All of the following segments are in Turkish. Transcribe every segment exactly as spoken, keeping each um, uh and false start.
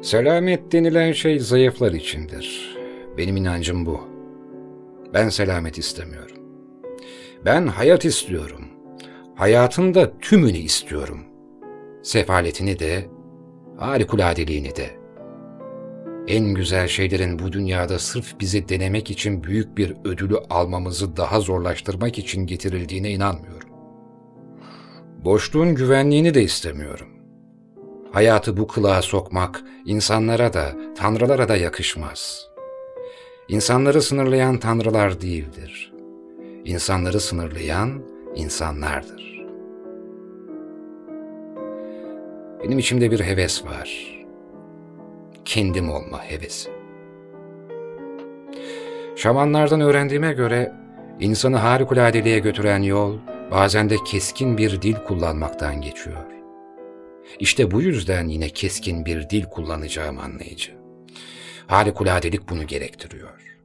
Selamet denilen şey zayıflar içindir. Benim inancım bu. Ben selamet istemiyorum. Ben hayat istiyorum. Hayatın da tümünü istiyorum. Sefaletini de, harikuladeliğini de. En güzel şeylerin bu dünyada sırf bizi denemek için büyük bir ödülü almamızı daha zorlaştırmak için getirildiğine inanmıyorum. Boşluğun güvenliğini de istemiyorum. Hayatı bu kılığa sokmak insanlara da, tanrılara da yakışmaz. İnsanları sınırlayan tanrılar değildir. İnsanları sınırlayan insanlardır. Benim içimde bir heves var. Kendim olma hevesi. Şamanlardan öğrendiğime göre insanı harikuladeliğe götüren yol bazen de keskin bir dil kullanmaktan geçiyor. İşte bu yüzden yine keskin bir dil kullanacağım anlayıcı. Harikuladelik bunu gerektiriyor.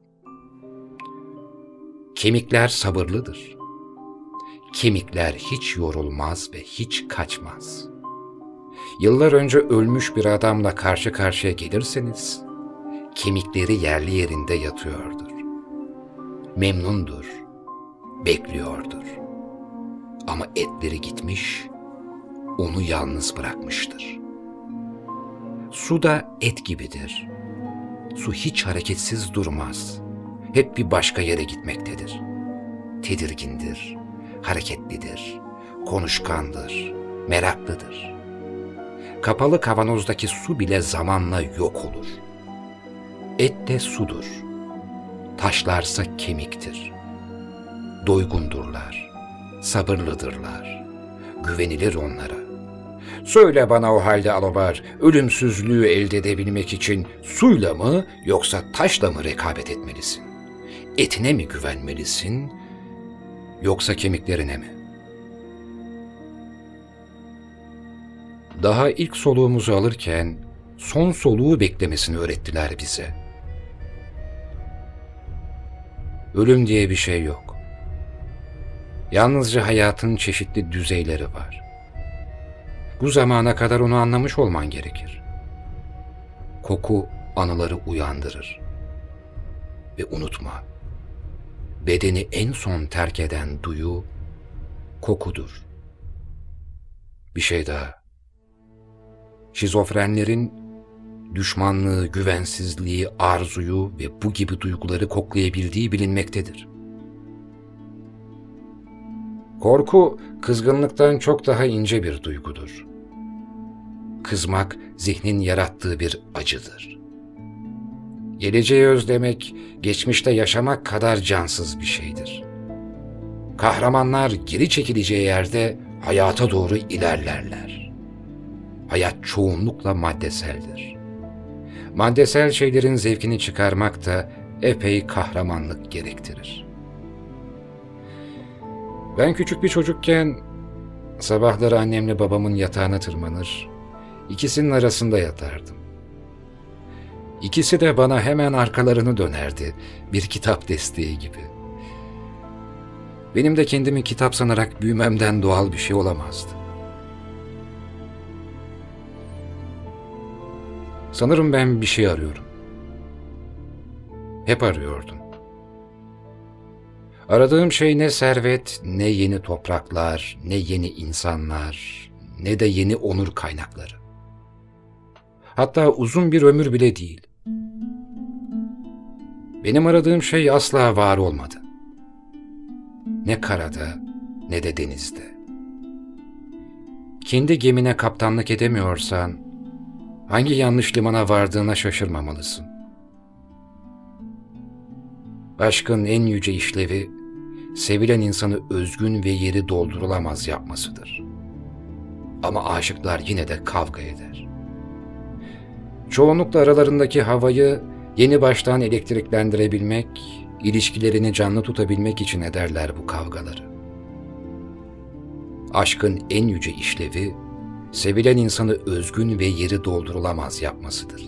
Kemikler sabırlıdır. Kemikler hiç yorulmaz ve hiç kaçmaz. Yıllar önce ölmüş bir adamla karşı karşıya gelirseniz, kemikleri yerli yerinde yatıyordur. Memnundur, bekliyordur. Ama etleri gitmiş, onu yalnız bırakmıştır. Su da et gibidir. Su hiç hareketsiz durmaz. Hep bir başka yere gitmektedir. Tedirgindir, hareketlidir, konuşkandır, meraklıdır. Kapalı kavanozdaki su bile zamanla yok olur. Et de sudur. Taşlarsa kemiktir. Doygundurlar, sabırlıdırlar. Güvenilir onlara. Söyle bana o halde Alobar, ölümsüzlüğü elde edebilmek için suyla mı yoksa taşla mı rekabet etmelisin? Etine mi güvenmelisin yoksa kemiklerine mi? Daha ilk soluğumuzu alırken son soluğu beklemesini öğrettiler bize. Ölüm diye bir şey yok. Yalnızca hayatın çeşitli düzeyleri var. Bu zamana kadar onu anlamış olman gerekir. Koku anıları uyandırır. Ve unutma, bedeni en son terk eden duyu kokudur. Bir şey daha. Şizofrenlerin düşmanlığı, güvensizliği, arzuyu ve bu gibi duyguları koklayabildiği bilinmektedir. Korku, kızgınlıktan çok daha ince bir duygudur. Kızmak, zihnin yarattığı bir acıdır. Geleceği özlemek, geçmişte yaşamak kadar cansız bir şeydir. Kahramanlar geri çekileceği yerde hayata doğru ilerlerler. Hayat çoğunlukla maddeseldir. Maddesel şeylerin zevkini çıkarmak da epey kahramanlık gerektirir. Ben küçük bir çocukken sabahları annemle babamın yatağına tırmanır, ikisinin arasında yatardım. İkisi de bana hemen arkalarını dönerdi, bir kitap desteği gibi. Benim de kendimi kitap sanarak büyümemden doğal bir şey olamazdı. Sanırım ben bir şey arıyorum. Hep arıyordum. Aradığım şey ne servet, ne yeni topraklar, ne yeni insanlar, ne de yeni onur kaynakları. Hatta uzun bir ömür bile değil. Benim aradığım şey asla var olmadı. Ne karada, ne de denizde. Kendi gemine kaptanlık edemiyorsan, hangi yanlış limana vardığına şaşırmamalısın. Aşkın en yüce işlevi, sevilen insanı özgün ve yeri doldurulamaz yapmasıdır. Ama aşıklar yine de kavga eder. Çoğunlukla aralarındaki havayı yeni baştan elektriklendirebilmek, ilişkilerini canlı tutabilmek için ederler bu kavgaları. Aşkın en yüce işlevi, sevilen insanı özgün ve yeri doldurulamaz yapmasıdır.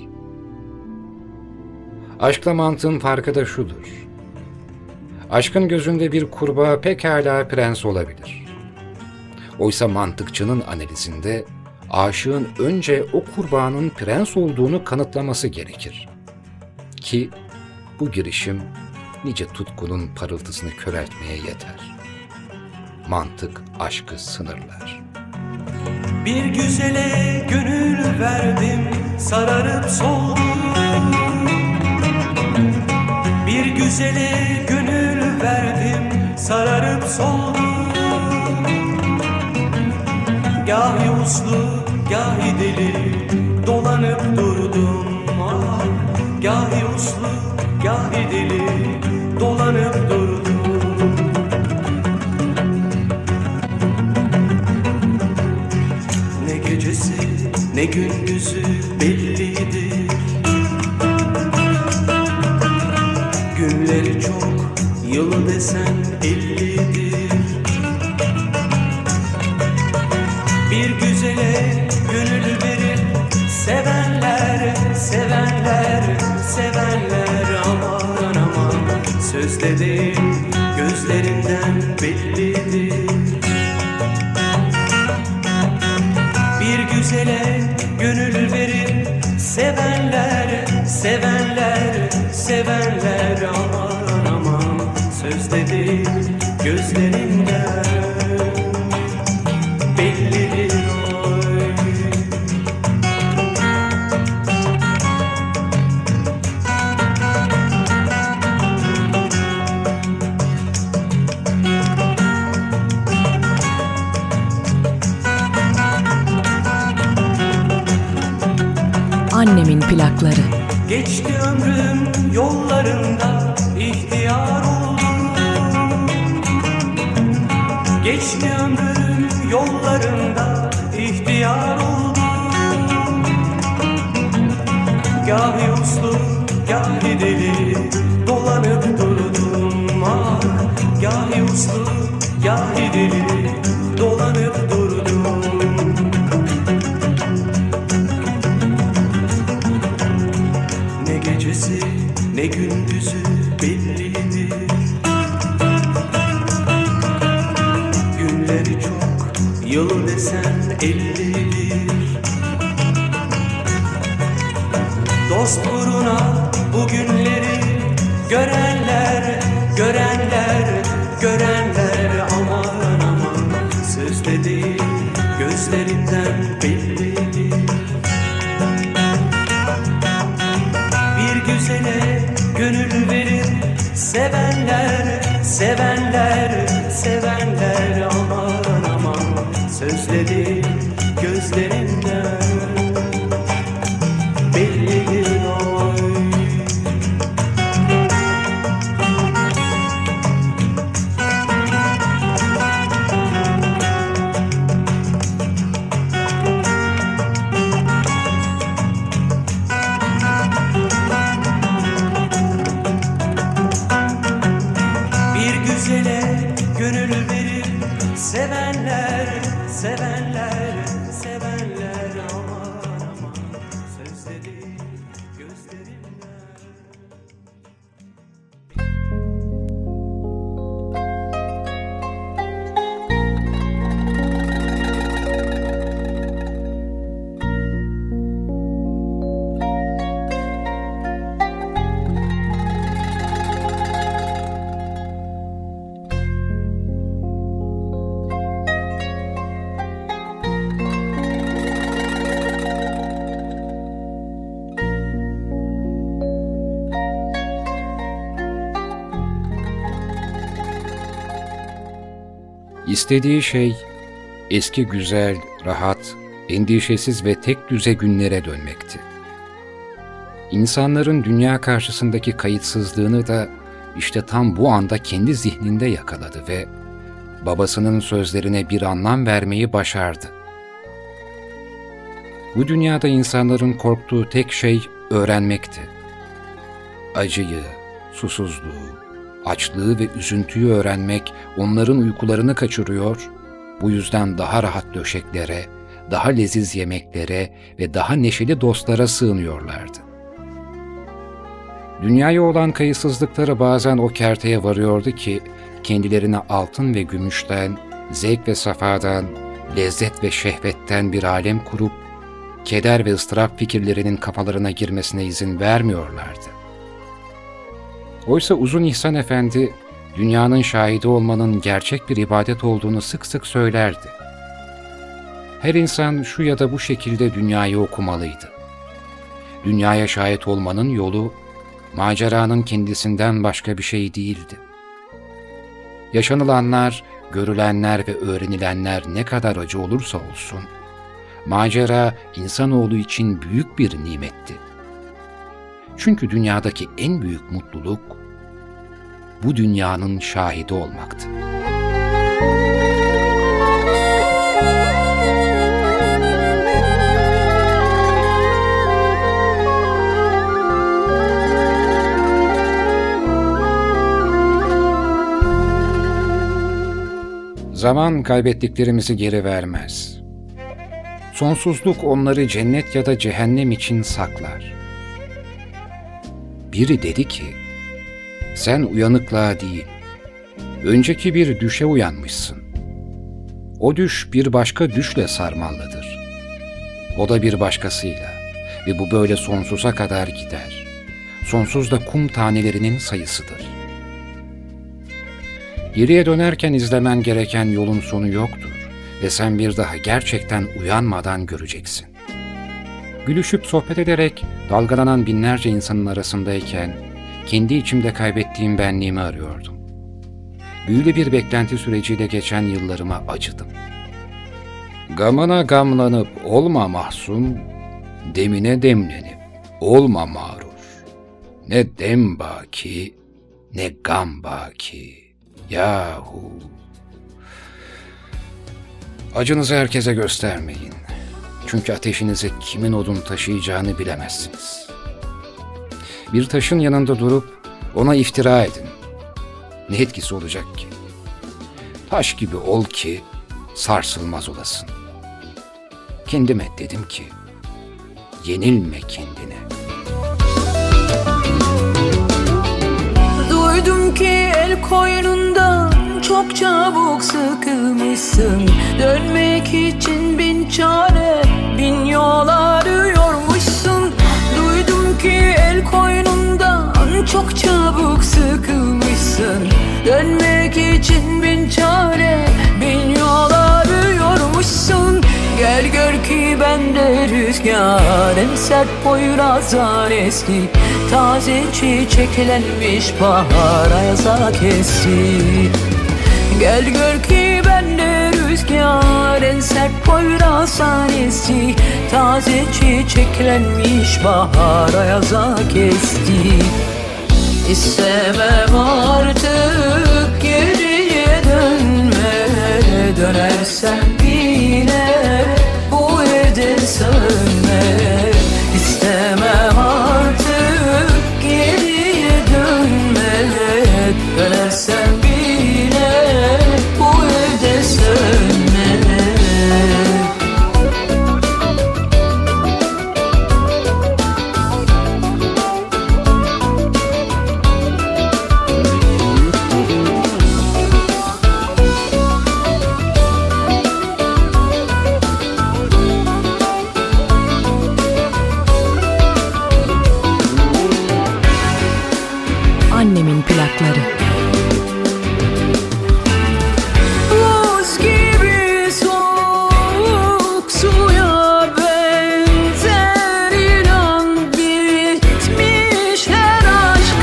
Aşkla mantığın farkı da şudur. Aşkın gözünde bir kurbağa pekala prens olabilir. Oysa mantıkçının analizinde aşığın önce o kurbanın prens olduğunu kanıtlaması gerekir. Ki bu girişim nice tutkunun parıltısını köreltmeye yeter. Mantık aşkı sınırlar. Bir güzele gönül verdim, sararıp soldum. Bir güzele gönül verdim, sararıp soldum. Gahi uslu, gahi deli, dolanıp durdum. Ah, gahi uslu, gahi deli, dolanıp durdum. Ne gecesi, ne gündüzü bellidir. Günleri çok, yılı desen ellidir. Bir güzele gönül verir sevenler, sevenler, sevenler. Aman aman, sözde değil, gözlerinden bellidir. Bir güzele gönül verir sevenler, sevenler, sevenler. Aman aman, sözde değil, gözlerinden bellidir. Oy. Annemin plakları. Geçti ömrüm yollarında, ihtiyar oldum. Geçti ömrüm yollarında, ihtiyar oldum. Gahi uslu, gahi deli, dolanıp durdum. Ah, gahi uslu, gahi deli, dolanıp durdum. Ne gecesi, ne gündüzü bellidir. Günleri çok, yıl desen ellidir. Dost uğruna bu günleri görenler, görenler, görenler. Aman aman, sözde değil, gözlerinden bellidir. Bir güzele gönül verir sevenler, sevenler, sevenler. Aman aman, sözde değil, gözlerinden bellidir. Oy. Bir güzele gönül verir sevenler, sevenler, sevenler. Aman aman, sözde değil, gözlerinden. İstediği şey eski güzel, rahat, endişesiz ve tek düze günlere dönmekti. İnsanların dünya karşısındaki kayıtsızlığını da işte tam bu anda kendi zihninde yakaladı ve babasının sözlerine bir anlam vermeyi başardı. Bu dünyada insanların korktuğu tek şey öğrenmekti. Acıyı, susuzluğu, açlığı ve üzüntüyü öğrenmek onların uykularını kaçırıyor, bu yüzden daha rahat döşeklere, daha leziz yemeklere ve daha neşeli dostlara sığınıyorlardı. Dünyaya olan kayıtsızlıkları bazen o kerteye varıyordu ki, kendilerine altın ve gümüşten, zevk ve safadan, lezzet ve şehvetten bir alem kurup, keder ve ıstırap fikirlerinin kafalarına girmesine izin vermiyorlardı. Oysa Uzun İhsan Efendi, dünyanın şahidi olmanın gerçek bir ibadet olduğunu sık sık söylerdi. Her insan şu ya da bu şekilde dünyayı okumalıydı. Dünyaya şahit olmanın yolu, maceranın kendisinden başka bir şey değildi. Yaşanılanlar, görülenler ve öğrenilenler ne kadar acı olursa olsun, macera insanoğlu için büyük bir nimetti. Çünkü dünyadaki en büyük mutluluk, bu dünyanın şahidi olmaktı. Zaman kaybettiklerimizi geri vermez. Sonsuzluk onları cennet ya da cehennem için saklar. Biri dedi ki, sen uyanıklığa değil, önceki bir düşe uyanmışsın. O düş bir başka düşle sarmallıdır. O da bir başkasıyla ve bu böyle sonsuza kadar gider. Sonsuz da kum tanelerinin sayısıdır. Geriye dönerken izlemen gereken yolun sonu yoktur ve sen bir daha gerçekten uyanmadan göreceksin. Gülüşüp sohbet ederek dalgalanan binlerce insanın arasındayken kendi içimde kaybettiğim benliğimi arıyordum. Büyülü bir beklenti süreciyle geçen yıllarıma acıdım. Gamına gamlanıp olma mahzun, demine demlenip olma mağrur. Ne dem baki, ne gam baki. Yahu! Acınızı herkese göstermeyin. Çünkü ateşinize kimin odun taşıyacağını bilemezsiniz. Bir taşın yanında durup ona iftira edin. Ne etkisi olacak ki? Taş gibi ol ki sarsılmaz olasın. Kendime dedim ki, yenilme kendine. Duydum ki el koynundan çok çabuk sıkılmışsın. Dönmek için bin çare, bin yol arıyormuşsun. Duydum ki el koynundan çok çabuk sıkılmışsın. Dönmek için bin çare, bin yol arıyormuşsun. Gel gör ki bende rüzgar, en sert Poyraz'dan esti. Taze çiçeklenmiş bahar ayaza kesti. Gel gör ki bende rüzgar, en sert Poyraz'dan esti. Taze çiçeklenmiş bahar ayaza kesti. İstemem artık geriye dönme, dönersen bile bu evden sönme. İstemem artık geriye dönme, dönersen bile bu evden sönme. Annemin plakları. Buz gibi soğuk suya benzer, inan bitmiş her aşk.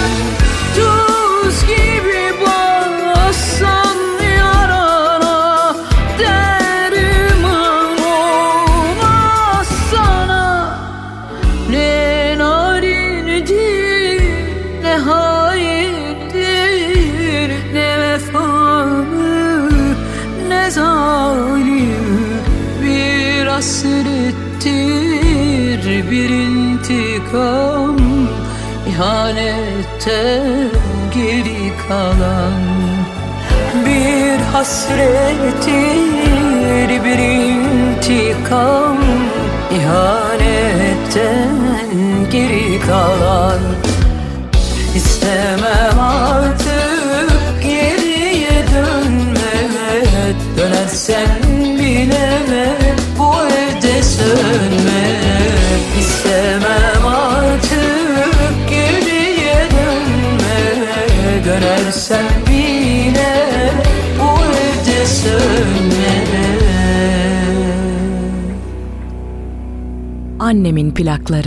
Tuz gibi bassan yarana, derman olmaz sana. Ne narindir, ne haindir, ne vefalı, ne zalim. Bir hasrettir, bir intikam, ihanetten geri kalan. Bir hasrettir, bir intikam, ihanetten geri kalan. İstemem artık geriye dönme, dönersen bir Annemin plakları.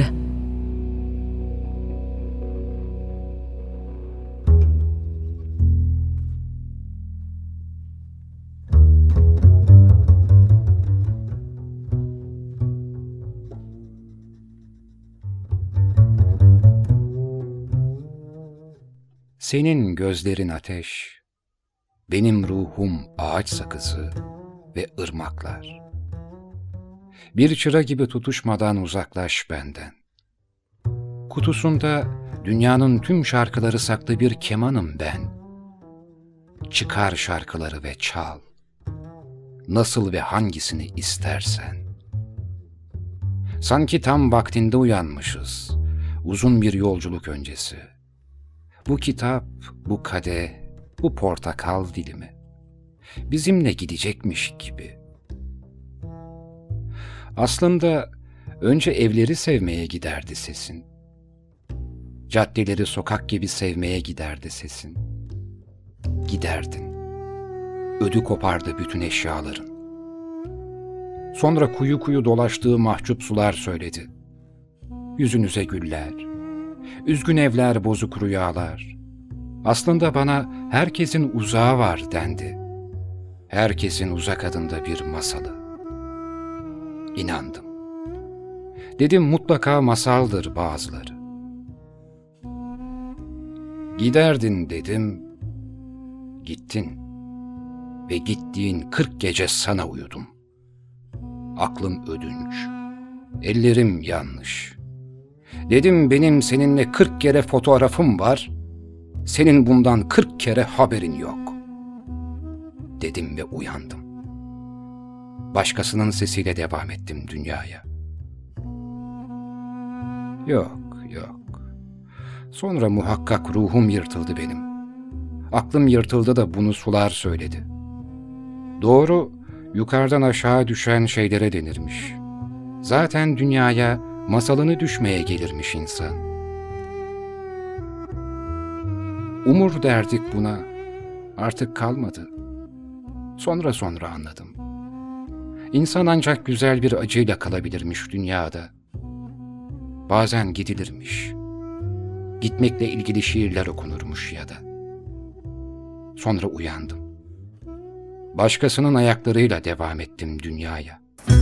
Senin gözlerin ateş, benim ruhum ağaç sakızı ve ırmaklar. Bir çıra gibi tutuşmadan uzaklaş benden. Kutusunda dünyanın tüm şarkıları saklı bir kemanım ben. Çıkar şarkıları ve çal. Nasıl ve hangisini istersen. Sanki tam vaktinde uyanmışız, uzun bir yolculuk öncesi. Bu kitap, bu kadeh, bu portakal dilimi bizimle gidecekmiş gibi. Aslında önce evleri sevmeye giderdi sesin. Caddeleri sokak gibi sevmeye giderdi sesin. Giderdin. Ödü kopardı bütün eşyaların. Sonra kuyu kuyu dolaştığı mahcup sular söyledi. Yüzünüze güller, üzgün evler, bozuk rüyalar. Aslında bana herkesin uzağı var dendi. Herkesin uzak adında bir masalı. İnandım. Dedim mutlaka masaldır bazıları. Giderdin dedim, gittin. Ve gittiğin kırk gece sana uyudum. Aklım ödünç, ellerim yanlış. Dedim benim seninle kırk kere fotoğrafım var, senin bundan kırk kere haberin yok. Dedim ve uyandım. Başkasının sesiyle devam ettim dünyaya. Yok, yok. Sonra muhakkak ruhum yırtıldı benim. Aklım yırtıldı da bunu sular söyledi. Doğru, yukarıdan aşağı düşen şeylere denirmiş. Zaten dünyaya masalını düşmeye gelirmiş insan. Umur derdik buna, artık kalmadı. Sonra sonra anladım. İnsan ancak güzel bir acıyla kalabilirmiş dünyada. Bazen gidilirmiş. Gitmekle ilgili şiirler okunurmuş ya da. Sonra uyandım. Başkasının ayaklarıyla devam ettim dünyaya.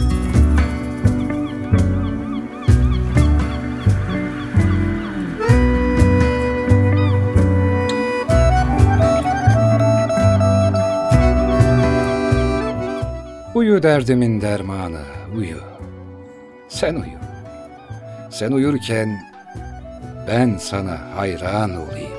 Uyu derdimin dermanı, uyu. Sen uyu. Sen uyurken ben sana hayran olayım.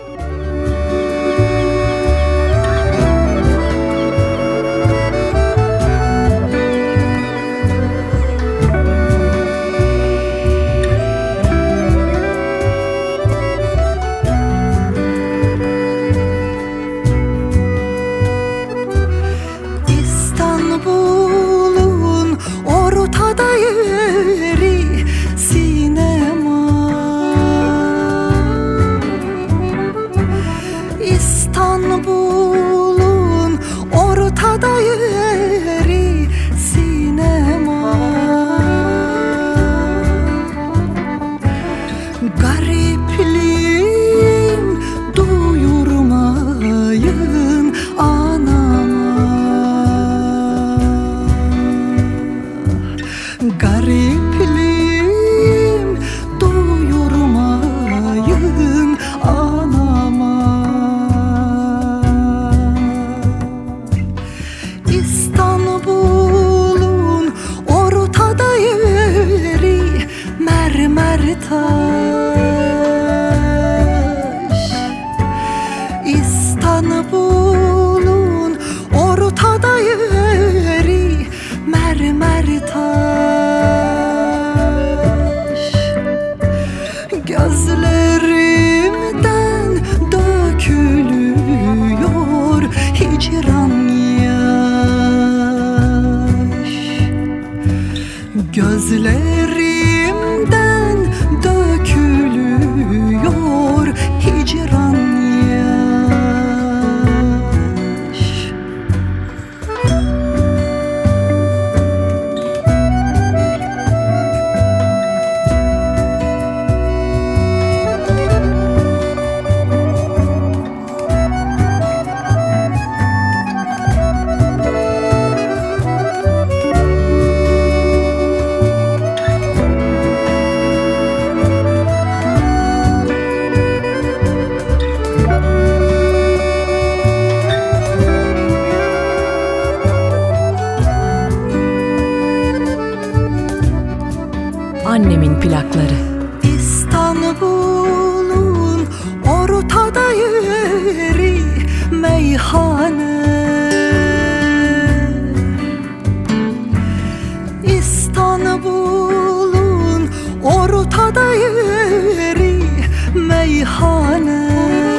İstanbul'un ortada yeri sinema. İstanbul'un ortada yeri sinema. Garipliğim duyurmayın anama. Garipliğim duyurmayın anama. İstanbul'un ortada yeri mermer taş. İstanbul'un ortada yeri mermer taş. Gözlerimden dökülüyor hicran yaş. Gözlerimden dökülüyor hicran yaş. meyhane. İstanbul'un ortada yeri meyhane.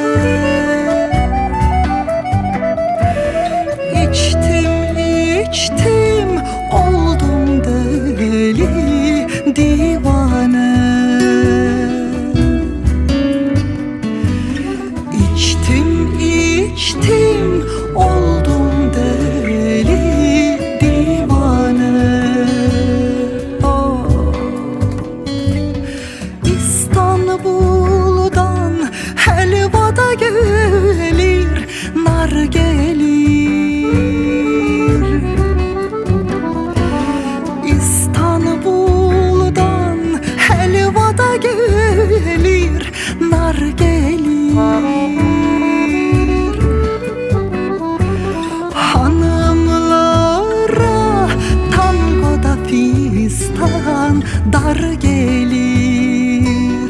İçtim içtim oldum deli divane. İçtim içtim oldum deli divane. Oh. İstanbul'dan helva da gelir, nar gelir. İstanbul'dan helva da gelir, nar gelir. Hanımlara tangoda fistan dar gelir.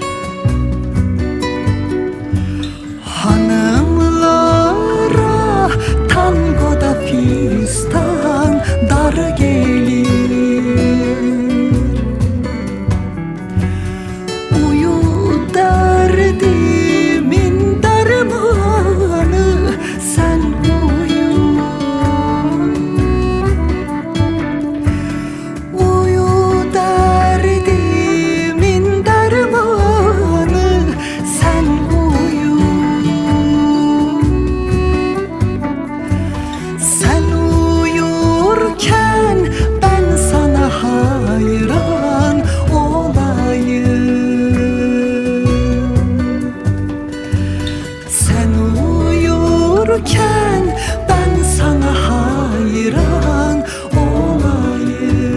Hanımlara tangoda fistan dar gelir. Uyu derdimin dermanı sen uyu. Uyu derdimin dermanı sen uyu. Sen uyurken ben sana hayran olayım. Sen uyurken ben sana hayran olayım.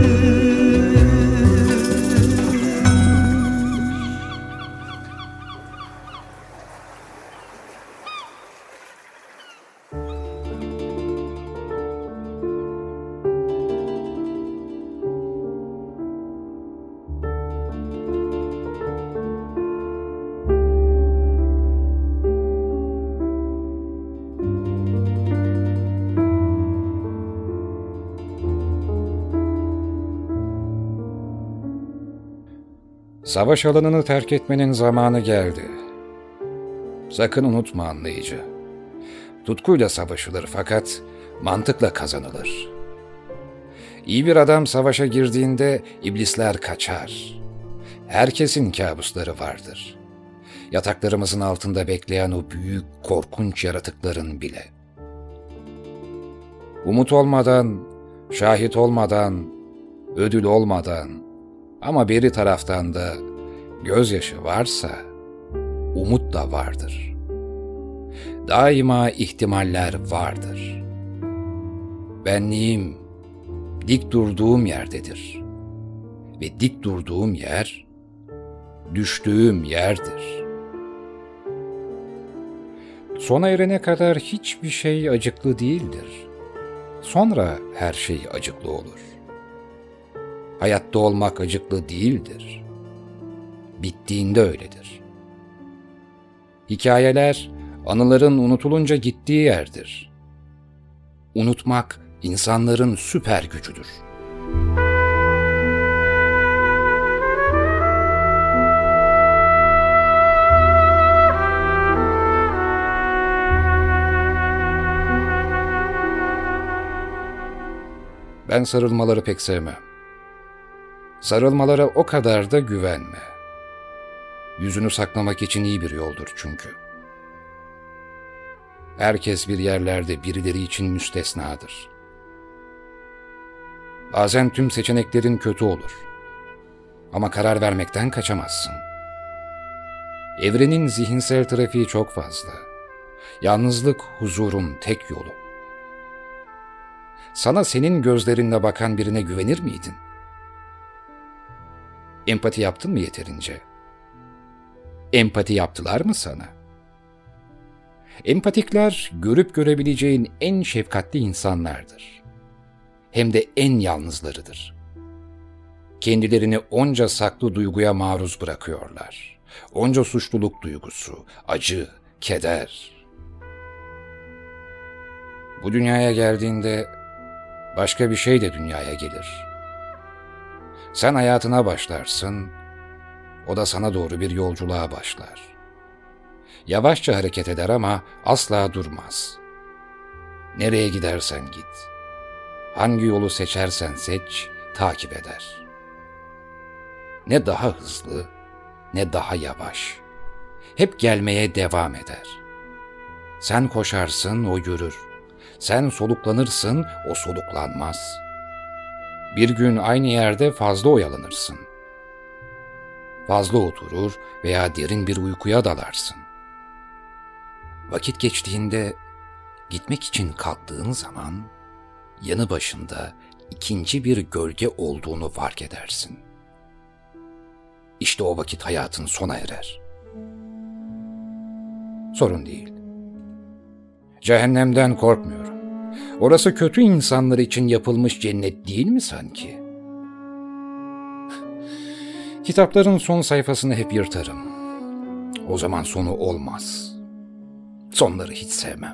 Savaş alanını terk etmenin zamanı geldi. Sakın unutma anlayıcı. Tutkuyla savaşılır fakat mantıkla kazanılır. İyi bir adam savaşa girdiğinde iblisler kaçar. Herkesin kabusları vardır. Yataklarımızın altında bekleyen o büyük, korkunç yaratıkların bile. Umut olmadan, şahit olmadan, ödül olmadan ama beri taraftan da gözyaşı varsa umut da vardır. Daima ihtimaller vardır. Benliğim dik durduğum yerdedir. Ve dik durduğum yer düştüğüm yerdir. Sona erene kadar hiçbir şey acıklı değildir. Sonra her şey acıklı olur. Hayatta olmak acıklı değildir. Bittiğinde öyledir. Hikayeler, anıların unutulunca gittiği yerdir. Unutmak, insanların süper gücüdür. Ben sarılmaları pek sevmem. Sarılmalara o kadar da güvenme. Yüzünü saklamak için iyi bir yoldur çünkü. Herkes bir yerlerde birileri için müstesnadır. Bazen tüm seçeneklerin kötü olur. Ama karar vermekten kaçamazsın. Evrenin zihinsel trafiği çok fazla. Yalnızlık huzurun tek yolu. Sana senin gözlerinle bakan birine güvenir miydin? Empati yaptın mı yeterince? Empati yaptılar mı sana? Empatikler görüp görebileceğin en şefkatli insanlardır. Hem de en yalnızlarıdır. Kendilerini onca saklı duyguya maruz bırakıyorlar. Onca suçluluk duygusu, acı, keder. Bu dünyaya geldiğinde başka bir şey de dünyaya gelir. Sen hayatına başlarsın, o da sana doğru bir yolculuğa başlar. Yavaşça hareket eder ama asla durmaz. Nereye gidersen git, hangi yolu seçersen seç, takip eder. Ne daha hızlı, ne daha yavaş. Hep gelmeye devam eder. Sen koşarsın, o yürür. Sen soluklanırsın, o soluklanmaz. Bir gün aynı yerde fazla oyalanırsın. Fazla oturur veya derin bir uykuya dalarsın. Vakit geçtiğinde, gitmek için kalktığın zaman, yanı başında ikinci bir gölge olduğunu fark edersin. İşte o vakit hayatın sona erer. Sorun değil. Cehennemden korkmuyorum. Orası kötü insanlar için yapılmış cennet değil mi sanki? Kitapların son sayfasını hep yırtarım. O zaman sonu olmaz. Sonları hiç sevmem.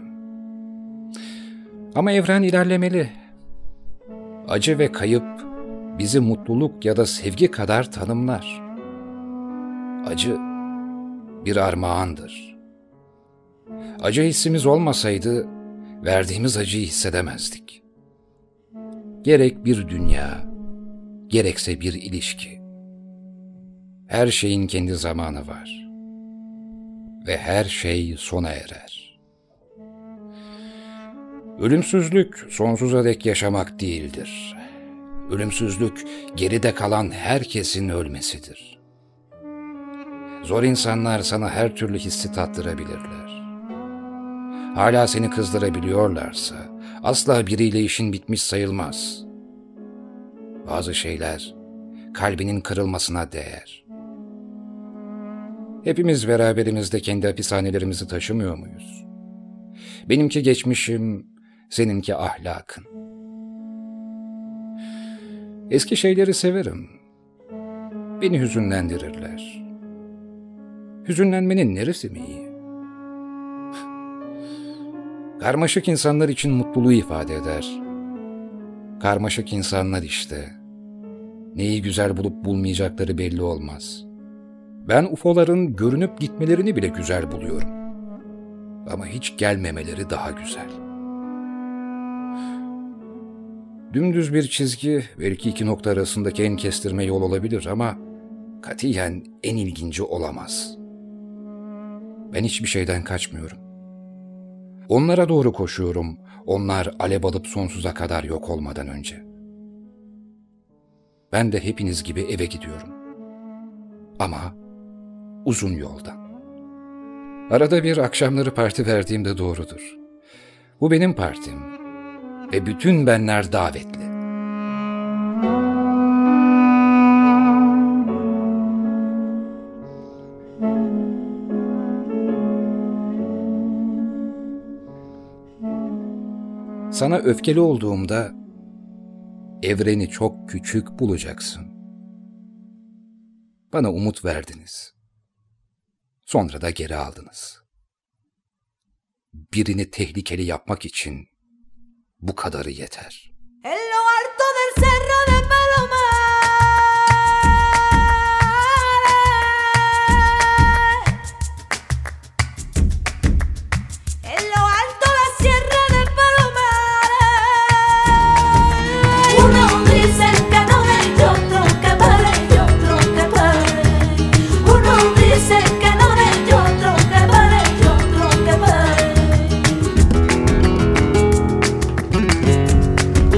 Ama evren ilerlemeli. Acı ve kayıp bizi mutluluk ya da sevgi kadar tanımlar. Acı bir armağandır. Acı hissimiz olmasaydı verdiğimiz acıyı hissedemezdik. Gerek bir dünya, gerekse bir ilişki. Her şeyin kendi zamanı var. Ve her şey sona erer. Ölümsüzlük sonsuza dek yaşamak değildir. Ölümsüzlük geride kalan herkesin ölmesidir. Zor insanlar sana her türlü hissi tattırabilirler. Hala seni kızdırabiliyorlarsa asla biriyle işin bitmiş sayılmaz. Bazı şeyler kalbinin kırılmasına değer. Hepimiz beraberimizde kendi hapishanelerimizi taşımıyor muyuz? Benimki geçmişim, seninki ahlakın. Eski şeyleri severim. Beni hüzünlendirirler. Hüzünlenmenin neresi mi iyi? Karmaşık insanlar için mutluluğu ifade eder. Karmaşık insanlar işte. Neyi güzel bulup bulmayacakları belli olmaz. Ben U F O'ların görünüp gitmelerini bile güzel buluyorum. Ama hiç gelmemeleri daha güzel. Dümdüz bir çizgi belki iki nokta arasındaki en kestirme yol olabilir ama katiyen en ilginci olamaz. Ben hiçbir şeyden kaçmıyorum. Onlara doğru koşuyorum, onlar alev alıp sonsuza kadar yok olmadan önce. Ben de hepiniz gibi eve gidiyorum. Ama uzun yoldan. Arada bir akşamları parti verdiğimde doğrudur. Bu benim partim ve bütün benler davetli. Sana öfkeli olduğumda evreni çok küçük bulacaksın. Bana umut verdiniz. Sonra da geri aldınız. Birini tehlikeli yapmak için bu kadarı yeter. En lo alto del cerro de Palomar, en lo alto la sierra de Palomar, uno dice que no hay otro que vale y otro que vale, uno dice que no hay otro que vale y otro que vale.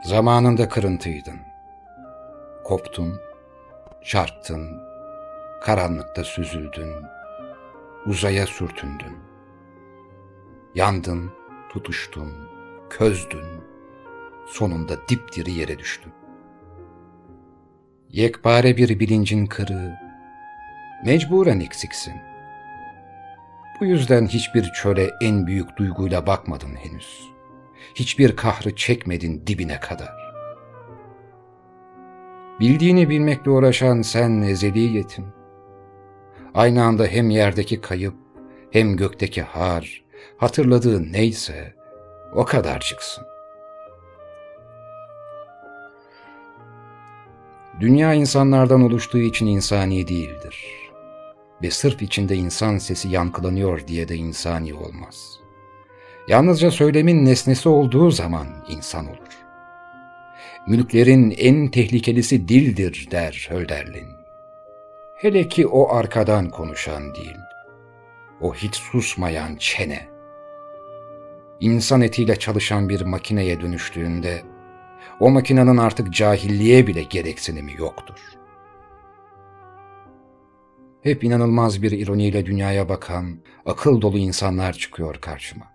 Zamanında kırıntıydın. Koptun, çarptın, karanlıkta süzüldün, uzaya sürtündün. Yandın, tutuştun, közdün, sonunda dipdiri yere düştün. Yekpare bir bilincin kırığı, mecburen eksiksin. Bu yüzden hiçbir çöle en büyük duyguyla bakmadın henüz. Hiçbir kahrı çekmedin dibine kadar. Bildiğini bilmekle uğraşan sen ezeli yetim. Aynı anda hem yerdeki kayıp, hem gökteki har, hatırladığı neyse o kadarcıksın. Dünya insanlardan oluştuğu için insani değildir. Ve sırf içinde insan sesi yankılanıyor diye de insani olmaz. Yalnızca söylemin nesnesi olduğu zaman insan olur. Mülklerin en tehlikelisi dildir der Hölderlin. Hele ki o arkadan konuşan dil, o hiç susmayan çene. İnsan etiyle çalışan bir makineye dönüştüğünde, o makinenin artık cahilliğe bile gereksinimi yoktur. Hep inanılmaz bir ironiyle dünyaya bakan, akıl dolu insanlar çıkıyor karşıma.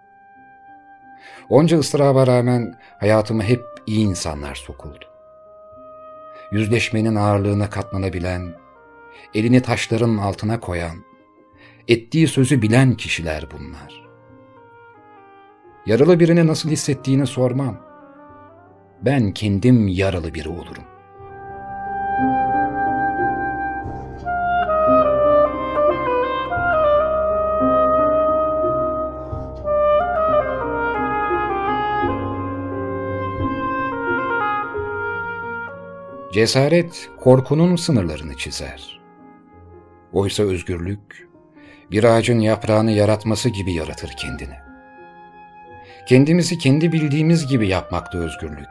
Onca ıstıraba rağmen hayatıma hep iyi insanlar sokuldu. Yüzleşmenin ağırlığına katlanabilen, elini taşların altına koyan, ettiği sözü bilen kişiler bunlar. Yaralı birine nasıl hissettiğini sormam. Ben kendim yaralı biri olurum. Cesaret, korkunun sınırlarını çizer. Oysa özgürlük, bir ağacın yaprağını yaratması gibi yaratır kendini. Kendimizi kendi bildiğimiz gibi yapmakta özgürlük.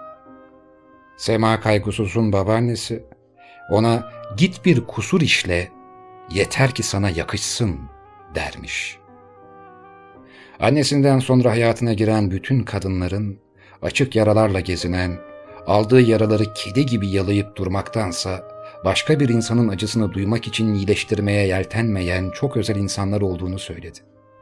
Sema Kaygusuz'un babaannesi, ona git bir kusur işle, yeter ki sana yakışsın dermiş. Annesinden sonra hayatına giren bütün kadınların, açık yaralarla gezinen, aldığı yaraları kedi gibi yalayıp durmaktansa, başka bir insanın acısını duymak için iyileştirmeye yeltenmeyen çok özel insanlar olduğunu söyledi.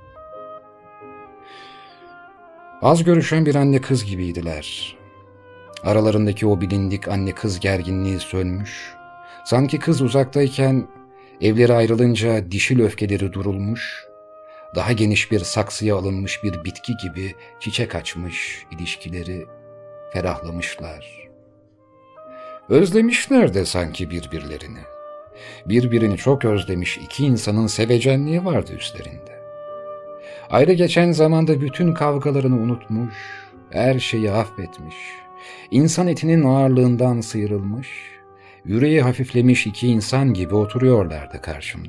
Az görüşen bir anne kız gibiydiler. Aralarındaki o bilindik anne kız gerginliği sönmüş, sanki kız uzaktayken evleri ayrılınca dişil öfkeleri durulmuş, daha geniş bir saksıya alınmış bir bitki gibi çiçek açmış, ilişkileri ferahlamışlar. Özlemişler de sanki birbirlerini. Birbirini çok özlemiş iki insanın sevecenliği vardı üstlerinde. Ayrı geçen zamanda bütün kavgalarını unutmuş, her şeyi affetmiş, insan etinin ağırlığından sıyrılmış, yüreği hafiflemiş iki insan gibi oturuyorlardı karşımda.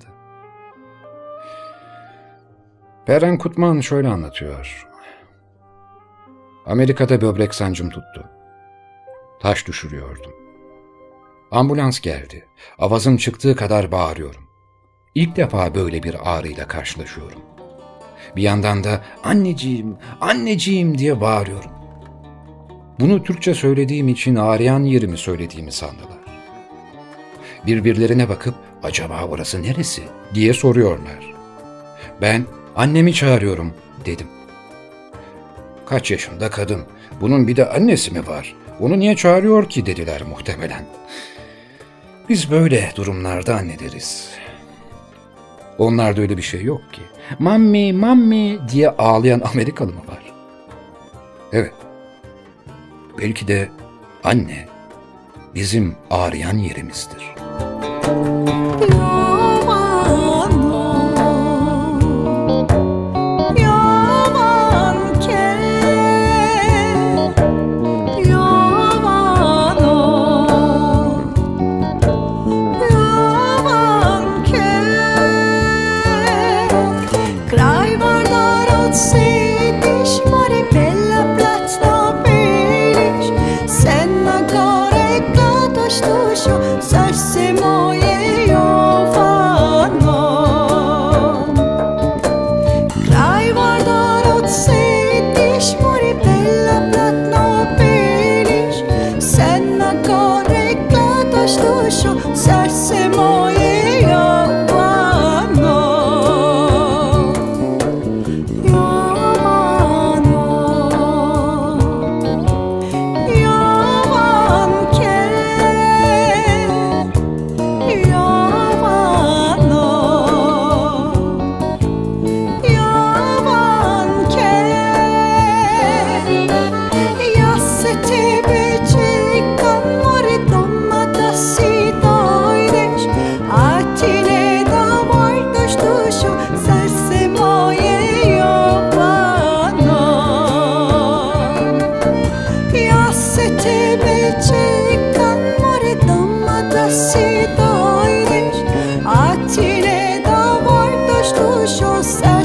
Peren Kutman şöyle anlatıyor. Amerika'da böbrek sancım tuttu. Taş düşürüyordum. Ambulans geldi. Avazım çıktığı kadar bağırıyorum. İlk defa böyle bir ağrıyla karşılaşıyorum. Bir yandan da anneciğim, anneciğim diye bağırıyorum. Bunu Türkçe söylediğim için ağrıyan yerimi söylediğimi sandılar. Birbirlerine bakıp acaba orası neresi diye soruyorlar. Ben annemi çağırıyorum dedim. Kaç yaşında kadın, bunun bir de annesi mi var? Onu niye çağırıyor ki dediler muhtemelen. Biz böyle durumlarda anne deriz. Onlarda öyle bir şey yok ki. Mammi, mammi diye ağlayan Amerikalı mı var? Evet. Belki de anne bizim ağrıyan yerimizdir. Kraj var där åt sig, dish mori bella platna och bilis.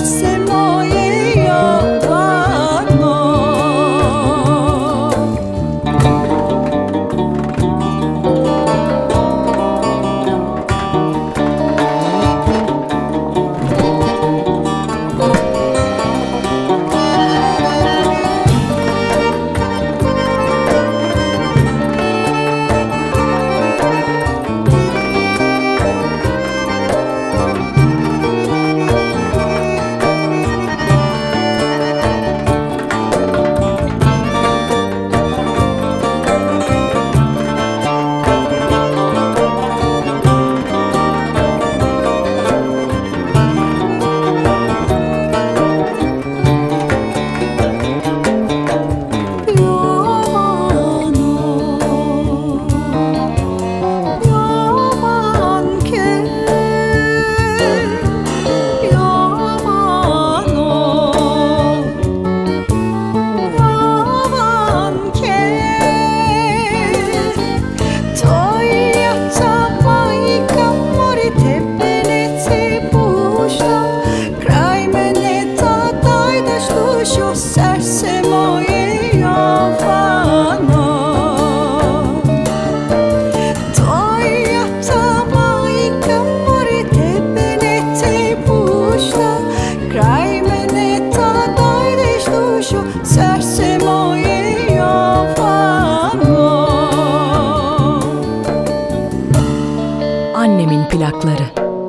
serse moje Jovano. Serse moje Jovano. Toyota majka mori tepenete pushta. Kraj mene ta dojdeš dušo, serse moje Jovano. Annemin plakları.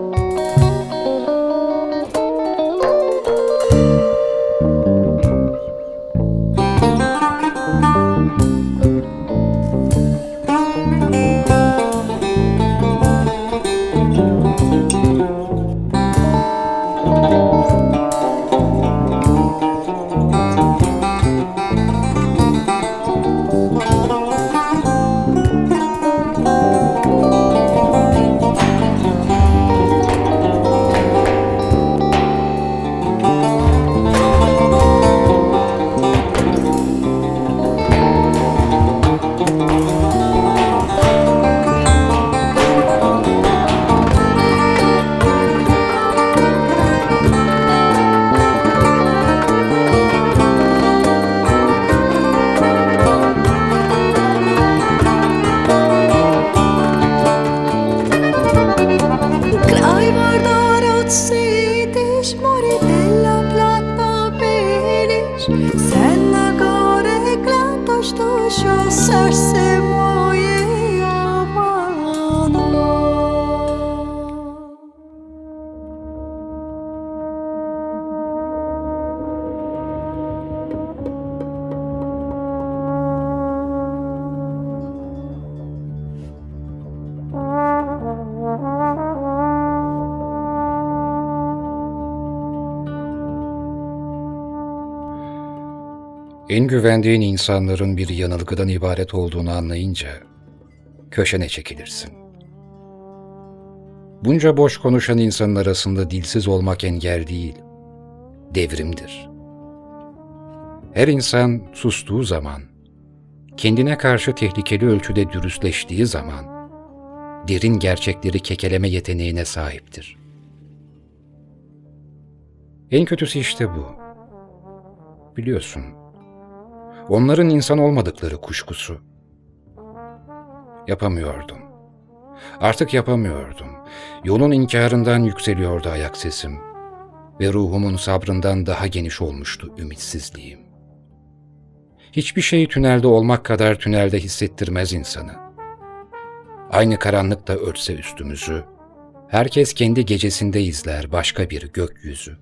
Sen agora glatos dušo, serse moje Jovano. En güvendiğin insanların bir yanılgıdan ibaret olduğunu anlayınca köşene çekilirsin. Bunca boş konuşan insanın arasında dilsiz olmak engel değil, devrimdir. Her insan sustuğu zaman, kendine karşı tehlikeli ölçüde dürüstleştiği zaman, derin gerçekleri kekeleme yeteneğine sahiptir. En kötüsü işte bu. Biliyorsun, onların insan olmadıkları kuşkusu. Yapamıyordum. Artık yapamıyordum. Yolun inkarından yükseliyordu ayak sesim ve ruhumun sabrından daha geniş olmuştu ümitsizliğim. Hiçbir şey tünelde olmak kadar tünelde hissettirmez insanı. Aynı karanlık da örtse üstümüzü, herkes kendi gecesinde izler başka bir gökyüzü.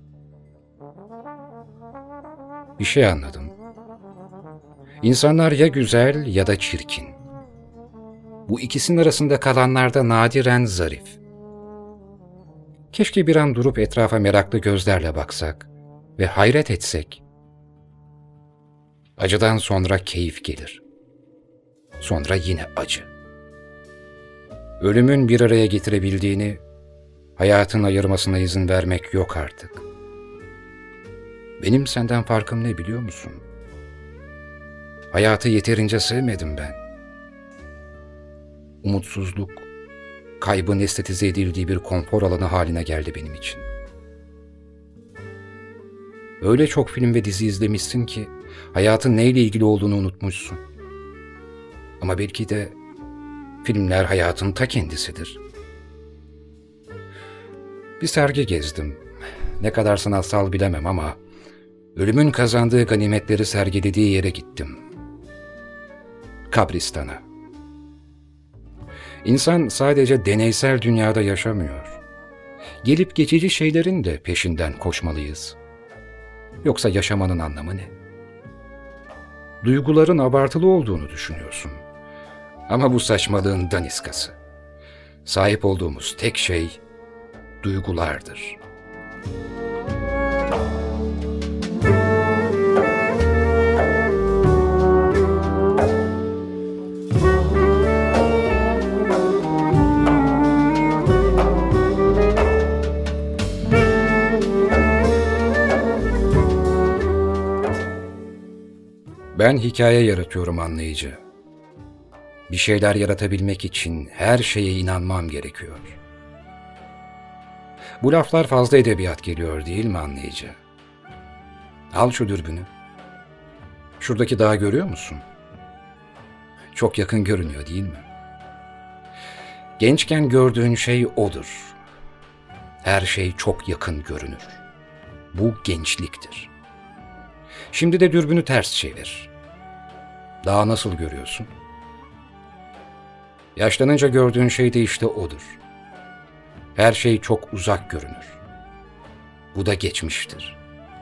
Bir şey anladım. İnsanlar ya güzel ya da çirkin. Bu ikisinin arasında kalanlar da nadiren zarif. Keşke bir an durup etrafa meraklı gözlerle baksak ve hayret etsek. Acıdan sonra keyif gelir. Sonra yine acı. Ölümün bir araya getirebildiğini, hayatın ayırmasına izin vermek yok artık. Benim senden farkım ne biliyor musun? Hayatı yeterince sevmedim ben. Umutsuzluk, kaybın estetize edildiği bir konfor alanı haline geldi benim için. Öyle çok film ve dizi izlemişsin ki hayatın neyle ilgili olduğunu unutmuşsun. Ama belki de filmler hayatın ta kendisidir. Bir sergi gezdim. Ne kadar sanatsal bilemem ama ölümün kazandığı ganimetleri sergilediği yere gittim. Kabristana. İnsan sadece deneysel dünyada yaşamıyor. Gelip geçici şeylerin de peşinden koşmalıyız. Yoksa yaşamanın anlamı ne? Duyguların abartılı olduğunu düşünüyorsun. Ama bu saçmalığın daniskası. Sahip olduğumuz tek şey duygulardır. Ben hikaye yaratıyorum anlayıcı. Bir şeyler yaratabilmek için her şeye inanmam gerekiyor. Bu laflar fazla edebiyat geliyor değil mi anlayıcı? Al şu dürbünü. Şuradaki dağı görüyor musun? Çok yakın görünüyor değil mi? Gençken gördüğün şey odur. Her şey çok yakın görünür. Bu gençliktir. Şimdi de dürbünü ters çevir. Dağı nasıl görüyorsun? Yaşlanınca gördüğün şey de işte odur. Her şey çok uzak görünür. Bu da geçmiştir.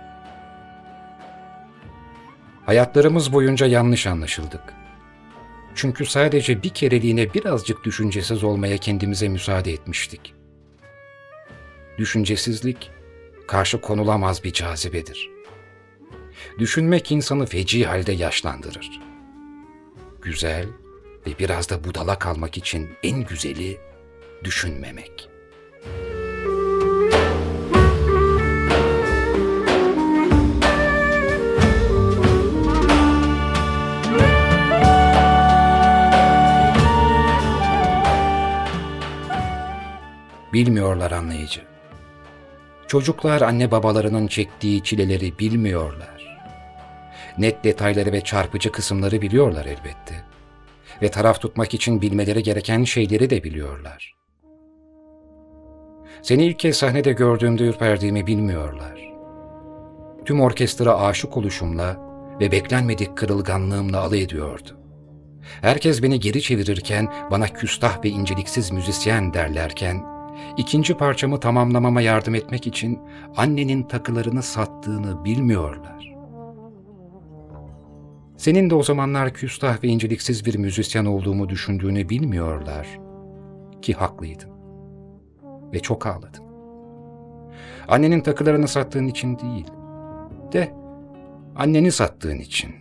Hayatlarımız boyunca yanlış anlaşıldık. Çünkü sadece bir kereliğine birazcık düşüncesiz olmaya kendimize müsaade etmiştik. Düşüncesizlik, karşı konulamaz bir cazibedir. Düşünmek insanı feci halde yaşlandırır. Güzel ve biraz da budala kalmak için en güzeli düşünmemek. Bilmiyorlar anlayıcı. Çocuklar anne babalarının çektiği çileleri bilmiyorlar. Net detayları ve çarpıcı kısımları biliyorlar elbette. Ve taraf tutmak için bilmeleri gereken şeyleri de biliyorlar. Seni ilk kez sahnede gördüğümde ürperdiğimi bilmiyorlar. Tüm orkestra aşık oluşumla ve beklenmedik kırılganlığımla alay ediyordu. Herkes beni geri çevirirken, bana küstah ve inceliksiz müzisyen derlerken, ikinci parçamı tamamlamama yardım etmek için annenin takılarını sattığını bilmiyorlar. Senin de o zamanlar küstah ve inceliksiz bir müzisyen olduğumu düşündüğünü bilmiyorlar ki haklıydın ve çok ağladın. Annenin takılarını sattığın için değil, de anneni sattığın için.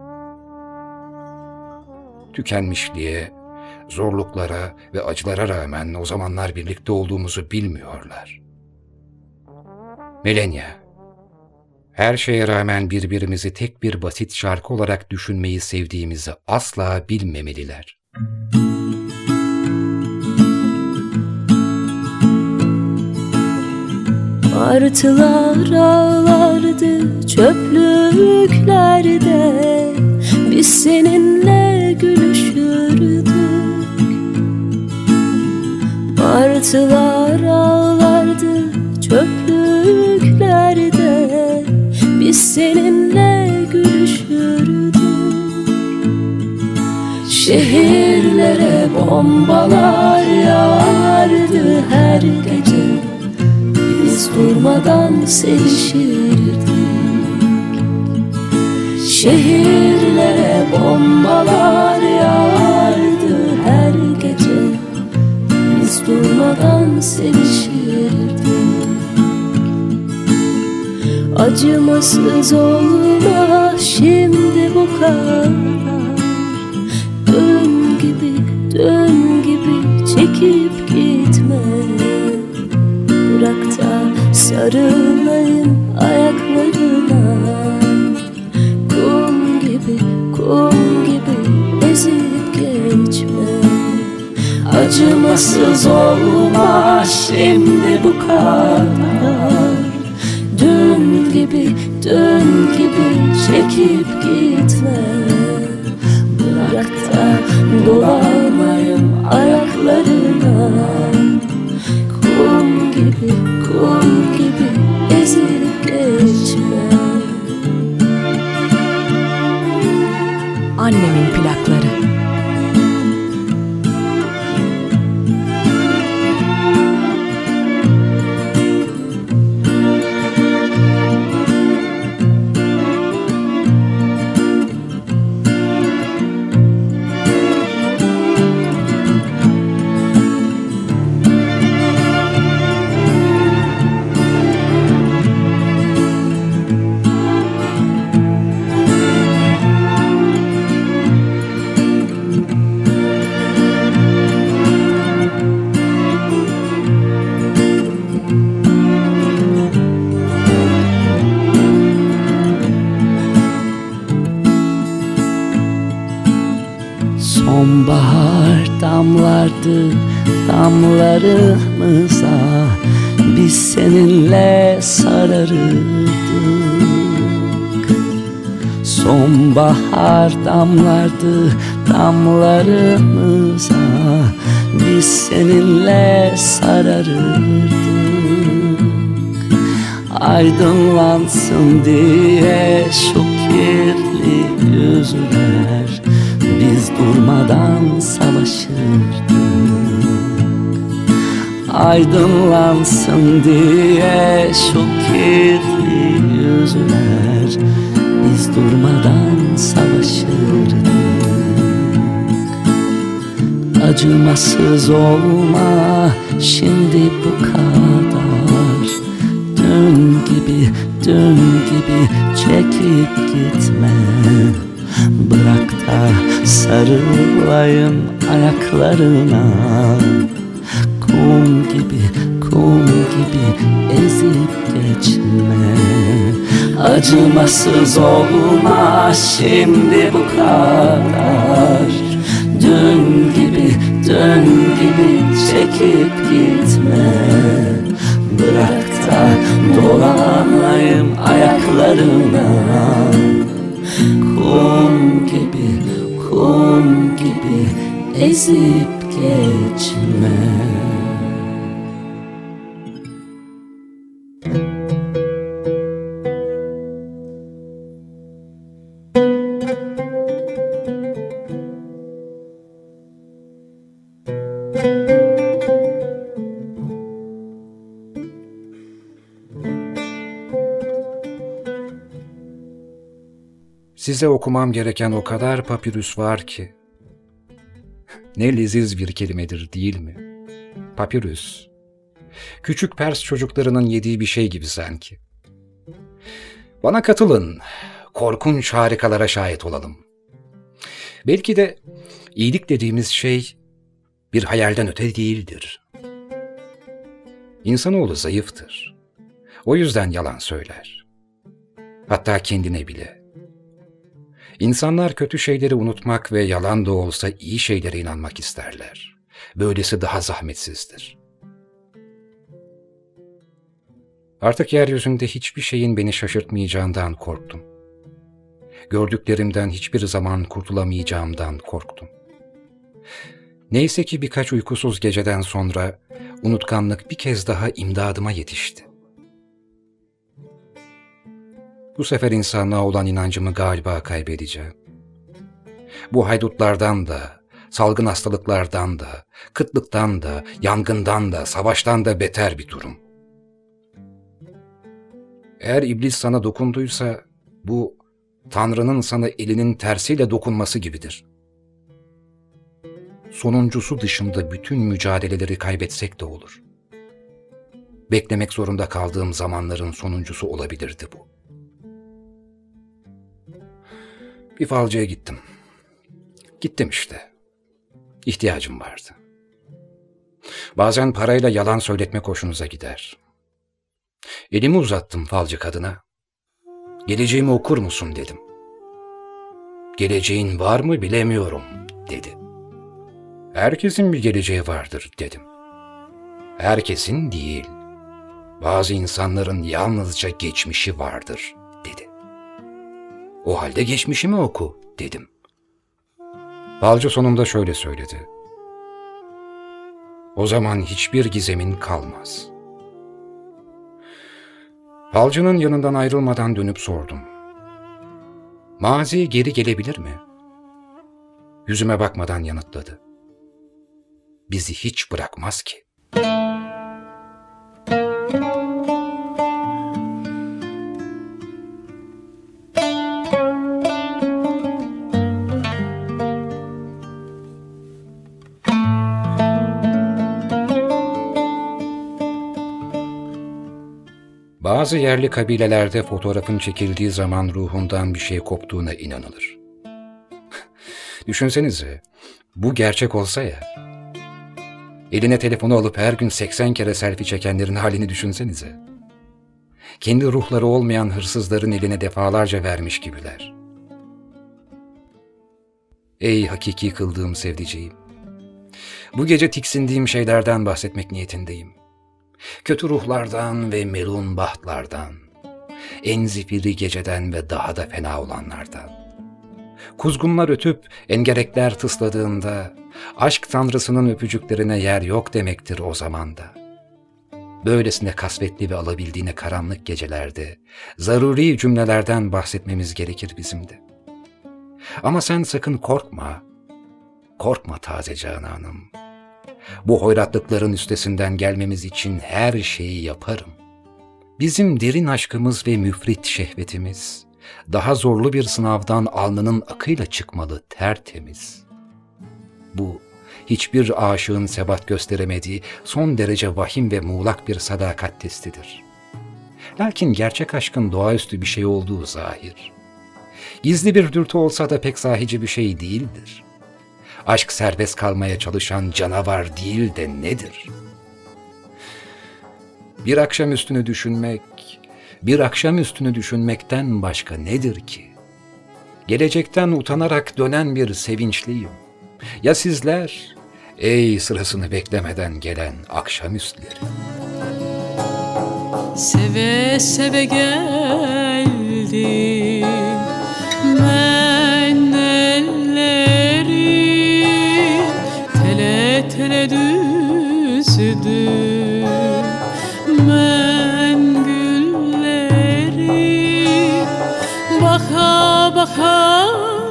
Tükenmişliğe, zorluklara ve acılara rağmen o zamanlar birlikte olduğumuzu bilmiyorlar. Melania, her şeye rağmen birbirimizi tek bir basit şarkı olarak düşünmeyi sevdiğimizi asla bilmemeliler. Martılar ağlardı çöplüklerde, biz seninle gülüşürdük. Martılar ağlardı çöplüklerde, biz seninle gülüşürdük. Şehirlere bombalar yağardı her gece, biz durmadan sevişirdik. Şehirlere bombalar yağardı her gece, biz durmadan sevişirdik. Acımasız olma şimdi bu kadar, dön gibi dön gibi çekip gitme. Bırak da sarılayım ayaklarına, kum gibi kum gibi ezip geçme. Acımasız olma şimdi bu kadar, dün gibi dön Sonbahar damlardı damlarımıza, biz seninle sararırdık. Sonbahar damlardı damlarımıza, biz seninle sararırdık. Aydınlansın diye şu kirli yüzler, biz durmadan savaşırdık. Aydınlansın diye şu kirli yüzler, biz durmadan savaşırdık. Acımasız olma şimdi bu kadar, dün gibi, dün gibi çekip gitme. Bırak da sarılayım ayaklarına, kum gibi, kum gibi ezip geçme. Acımasız olma şimdi bu kadar, dün gibi, dün gibi çekip gitme. Bırak da dolanayım ayaklarına, kum gibi, kum gibi ezip geçme. Size okumam gereken o kadar papirüs var ki. Ne leziz bir kelimedir değil mi? Papirüs. Küçük Pers çocuklarının yediği bir şey gibi sanki. Bana katılın, korkunç harikalara şahit olalım. Belki de iyilik dediğimiz şey bir hayalden öte değildir. İnsanoğlu zayıftır. O yüzden yalan söyler. Hatta kendine bile. İnsanlar kötü şeyleri unutmak ve yalan da olsa iyi şeylere inanmak isterler. Böylesi daha zahmetsizdir. Artık yeryüzünde hiçbir şeyin beni şaşırtmayacağından korktum. Gördüklerimden hiçbir zaman kurtulamayacağımdan korktum. Neyse ki birkaç uykusuz geceden sonra unutkanlık bir kez daha imdadıma yetişti. Bu sefer insanlığa olan inancımı galiba kaybedeceğim. Bu haydutlardan da, salgın hastalıklardan da, kıtlıktan da, yangından da, savaştan da beter bir durum. Eğer iblis sana dokunduysa, bu Tanrı'nın sana elinin tersiyle dokunması gibidir. Sonuncusu dışında bütün mücadeleleri kaybetsek de olur. Beklemek zorunda kaldığım zamanların sonuncusu olabilirdi bu. Bir falcıya gittim. Gittim işte. İhtiyacım vardı. Bazen parayla yalan söyletmek hoşunuza gider. Elimi uzattım falcı kadına. Geleceğimi okur musun dedim. Geleceğin var mı bilemiyorum dedi. Herkesin bir geleceği vardır dedim. Herkesin değil. Bazı insanların yalnızca geçmişi vardır dedi. O halde geçmişimi oku dedim. Falcı sonunda şöyle söyledi. O zaman hiçbir gizemin kalmaz. Falcının yanından ayrılmadan dönüp sordum. Mazi geri gelebilir mi? Yüzüme bakmadan yanıtladı. Bizi hiç bırakmaz ki. Bazı yerli kabilelerde fotoğrafın çekildiği zaman ruhundan bir şey koptuğuna inanılır. Düşünsenize, bu gerçek olsa ya. Eline telefonu alıp her gün seksen kere selfie çekenlerin halini düşünsenize. Kendi ruhları olmayan hırsızların eline defalarca vermiş gibiler. Ey hakiki kıldığım sevdiceğim. Bu gece tiksindiğim şeylerden bahsetmek niyetindeyim. Kötü ruhlardan ve melun bahtlardan, en zifiri geceden ve daha da fena olanlardan. Kuzgunlar ötüp engerekler tısladığında, aşk tanrısının öpücüklerine yer yok demektir o zamanda. Böylesine kasvetli ve alabildiğine karanlık gecelerde, zaruri cümlelerden bahsetmemiz gerekir bizim de. Ama sen sakın korkma, korkma taze Canan'ım. Bu hoyratlıkların üstesinden gelmemiz için her şeyi yaparım. Bizim derin aşkımız ve müfrit şehvetimiz, daha zorlu bir sınavdan alnının akıyla çıkmalı tertemiz. Bu, hiçbir aşığın sebat gösteremediği son derece vahim ve muğlak bir sadakat testidir. Lakin gerçek aşkın doğaüstü bir şey olduğu zahir. Gizli bir dürtü olsa da pek sahici bir şey değildir. Aşk serbest kalmaya çalışan canavar değil de nedir? Bir akşam üstünü düşünmek, bir akşam üstünü düşünmekten başka nedir ki? Gelecekten utanarak dönen bir sevinçliyim. Ya sizler, ey sırasını beklemeden gelen akşamüstleri? Seve seve geldim ben elleri, tele tele düzdüm ben gülleri, baka baka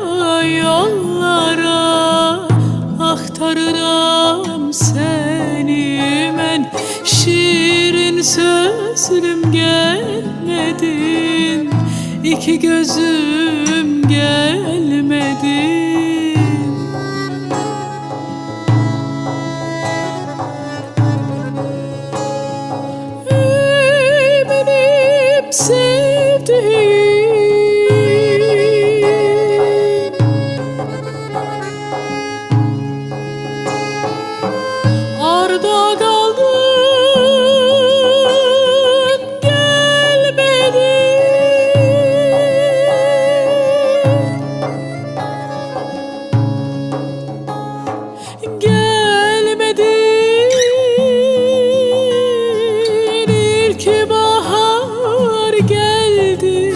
yollara aktarıram seni men. Şirin sözlüm gelmedin, iki gözüm gelmedin. Ey benim sevdiğim, arda kaldın gelmedin, gelmedin. İlk bahar geldi,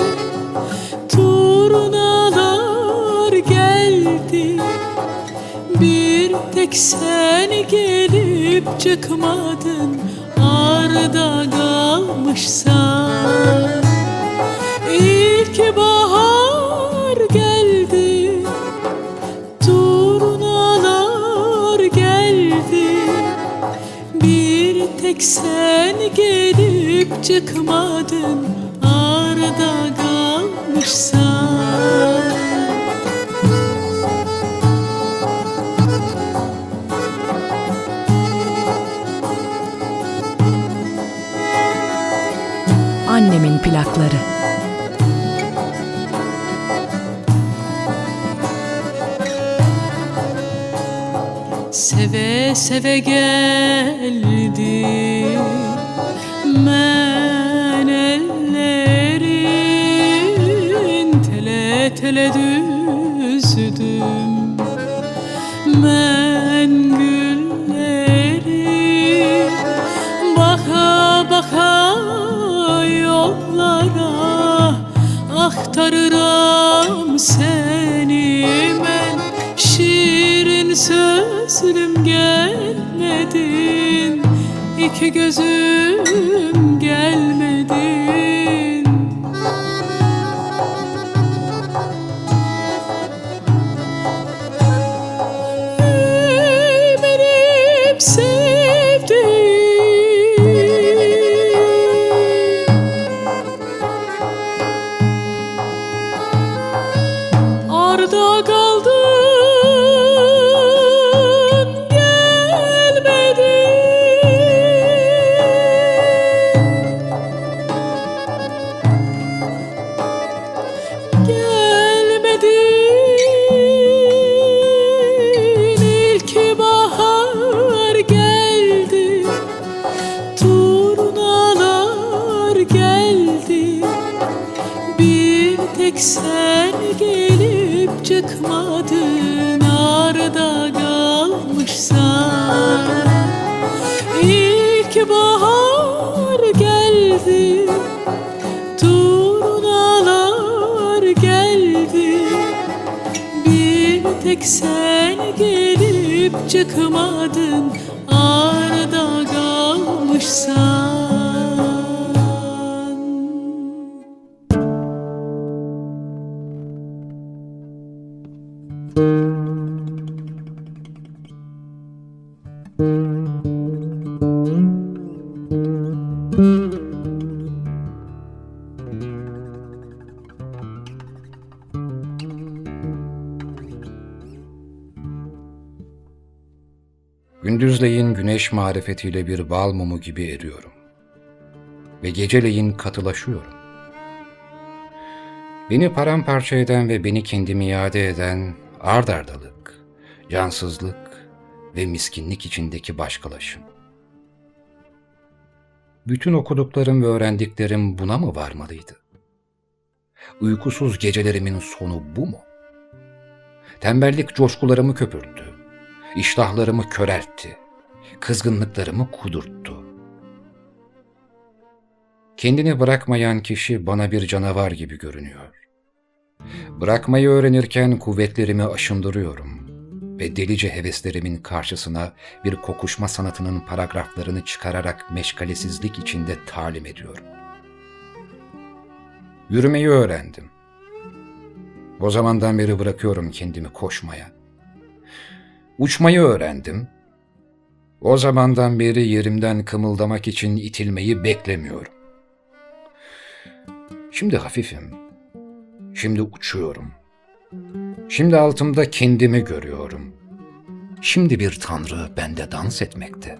turnalar geldi, bir tek sen gelip çıkmadın, arda kalmışsan. İlk bahar geldi, turnalar geldi, bir tek sen gelip çıkmadın, arda kalmışsan. Annemin plakları. Seve seve geldim ben ellerin, tele tele düzdüm ben gülleri, baka baka yollara aktarıram seni men. Şirin sözlüm gelmedin, iki gözüm gelmedin. Ey benim sevdiğim, arda kaldın gelmedin, gelmedin. İlk bahar geldi, turnalar geldi, bir tek sen gelip gelip çıkmadın, arada kalmışsan. İlk bahar geldi, turnalar geldi, bir tek sen gelip çıkmadın, arada kalmışsan. Gündüzleyin güneş marifetiyle bir bal mumu gibi eriyorum ve geceleyin katılaşıyorum. Beni paramparça eden ve beni kendime iade eden ard ardalık, cansızlık ve miskinlik içindeki başkalaşım. Bütün okuduklarım ve öğrendiklerim buna mı varmalıydı? Uykusuz gecelerimin sonu bu mu? Tembellik coşkularımı köpürttü, iştahlarımı köreltti, kızgınlıklarımı kudurttu. Kendini bırakmayan kişi bana bir canavar gibi görünüyor. Bırakmayı öğrenirken kuvvetlerimi aşındırıyorum ve delice heveslerimin karşısına bir kokuşma sanatının paragraflarını çıkararak meşgalesizlik içinde talim ediyorum. Yürümeyi öğrendim. O zamandan beri bırakıyorum kendimi koşmaya. Uçmayı öğrendim. O zamandan beri yerimden kımıldamak için itilmeyi beklemiyorum. Şimdi hafifim. Şimdi uçuyorum. Şimdi altımda kendimi görüyorum. Şimdi bir tanrı bende dans etmekte.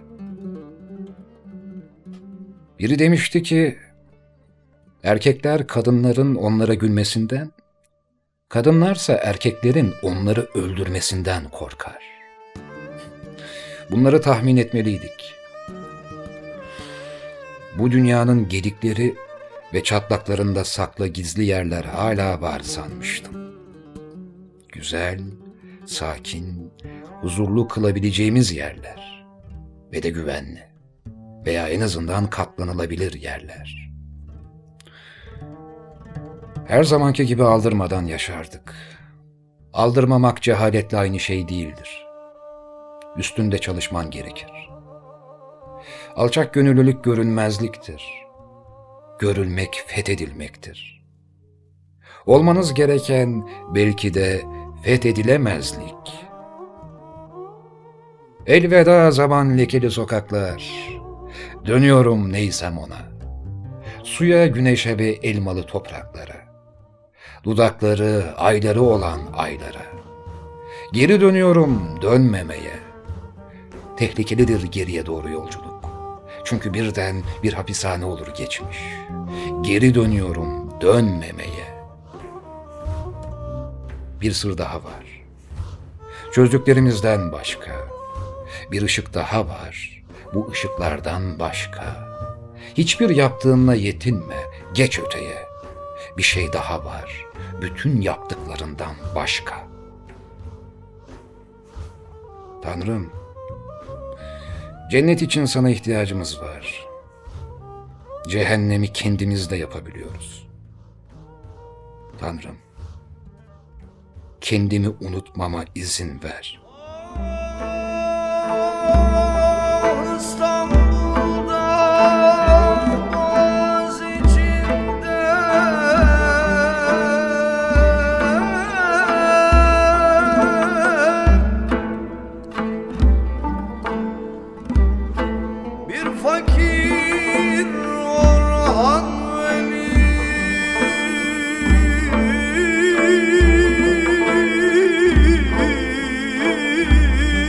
Biri demişti ki, erkekler kadınların onlara gülmesinden, kadınlarsa erkeklerin onları öldürmesinden korkar. Bunları tahmin etmeliydik. Bu dünyanın gedikleri ve çatlaklarında saklı gizli yerler hala var sanmıştım. Güzel, sakin, huzurlu kılabileceğimiz yerler ve de güvenli veya en azından katlanılabilir yerler. Her zamanki gibi aldırmadan yaşardık. Aldırmamak cehaletle aynı şey değildir. Üstünde çalışman gerekir. Alçak gönüllülük görünmezliktir. Görülmek fethedilmektir. Olmanız gereken belki de fethedilemezlik. Elveda zaman lekeli sokaklar. Dönüyorum neysem ona. Suya, güneşe ve elmalı topraklara. Dudakları, ayları olan aylara. Geri dönüyorum dönmemeye. Tehlikelidir geriye doğru yolculuk. Çünkü birden bir hapishane olur geçmiş. Geri dönüyorum dönmemeye. Bir sır daha var. Çözdüklerimizden başka. Bir ışık daha var. Bu ışıklardan başka. Hiçbir yaptığınla yetinme. Geç öteye. Bir şey daha var. Bütün yaptıklarından başka. Tanrım, cennet için sana ihtiyacımız var. Cehennemi kendimiz de yapabiliyoruz. Tanrım, kendimi unutmama izin ver. Fakir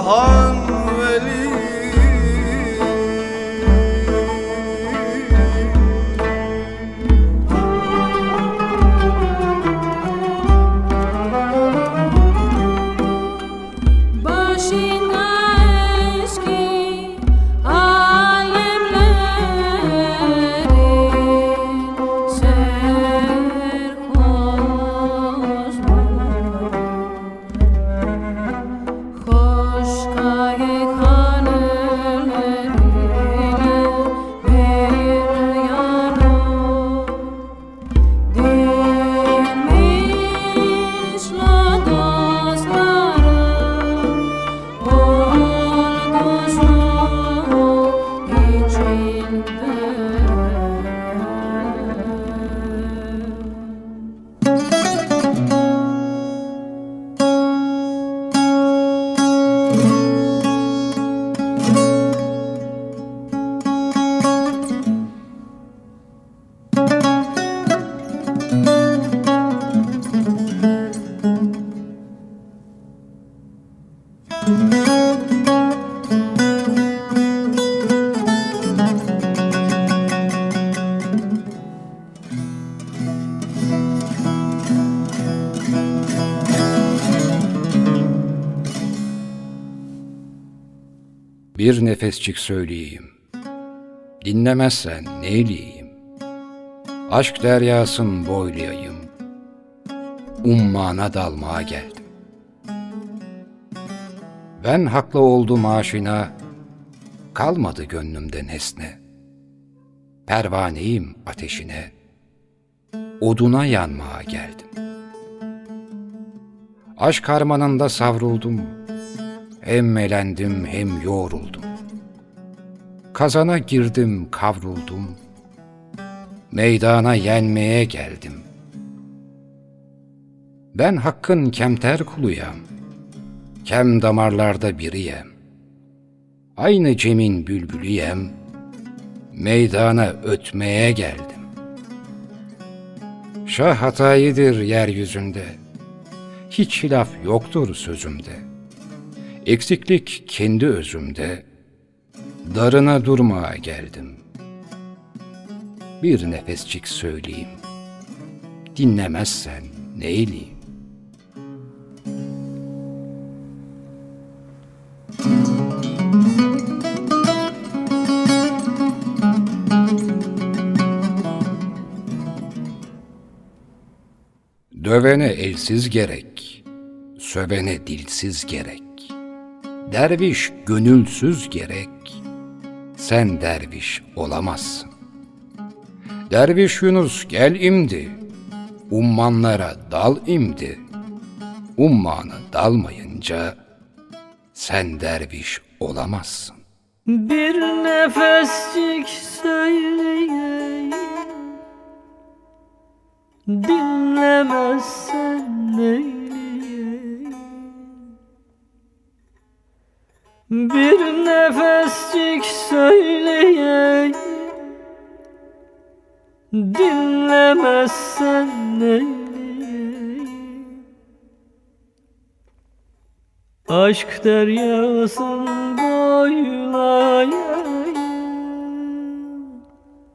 Orhan Veli. Bir nefesçik söyleyeyim, dinlemezsen neyleyeyim? Aşk deryasın boylayayım, ummana dalmaya geldim. Ben haklı oldum aşina, kalmadı gönlümde nesne. Pervaneyim ateşine, oduna yanmaya geldim. Aşk harmanında savruldum, hem elendim hem yoğruldum. Kazana girdim kavruldum, meydana yenmeye geldim. Ben hakkın kemter kuluyam, kem damarlarda biriyem. Aynı Cem'in bülbülüyem, meydana ötmeye geldim. Şah hatayidir yeryüzünde, hiç hilaf yoktur sözümde. Eksiklik kendi özümde, darına durmaya geldim. Bir nefescik söyleyeyim, dinlemezsen neyleyeyim? Dövene elsiz gerek, sövene dilsiz gerek. Derviş gönülsüz gerek, sen derviş olamazsın. Derviş Yunus gel imdi, ummanlara dal imdi. Ummana dalmayınca sen derviş olamazsın. Bir nefescik söyleyeyim, dinlemezsen neyleyeyim? Bir nefescik söyleyeyim, dinlemezsen neyleyeyim? Aşk deryasın boylayayım,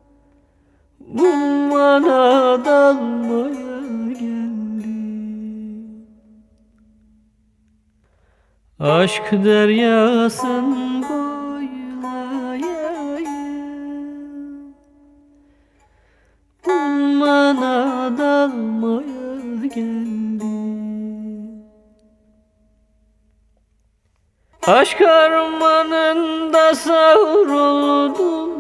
ummana dalmaya geldim. Aşk deryasın boylayayım, ummana dalmaya geldim. Aşk harmanında savruldum,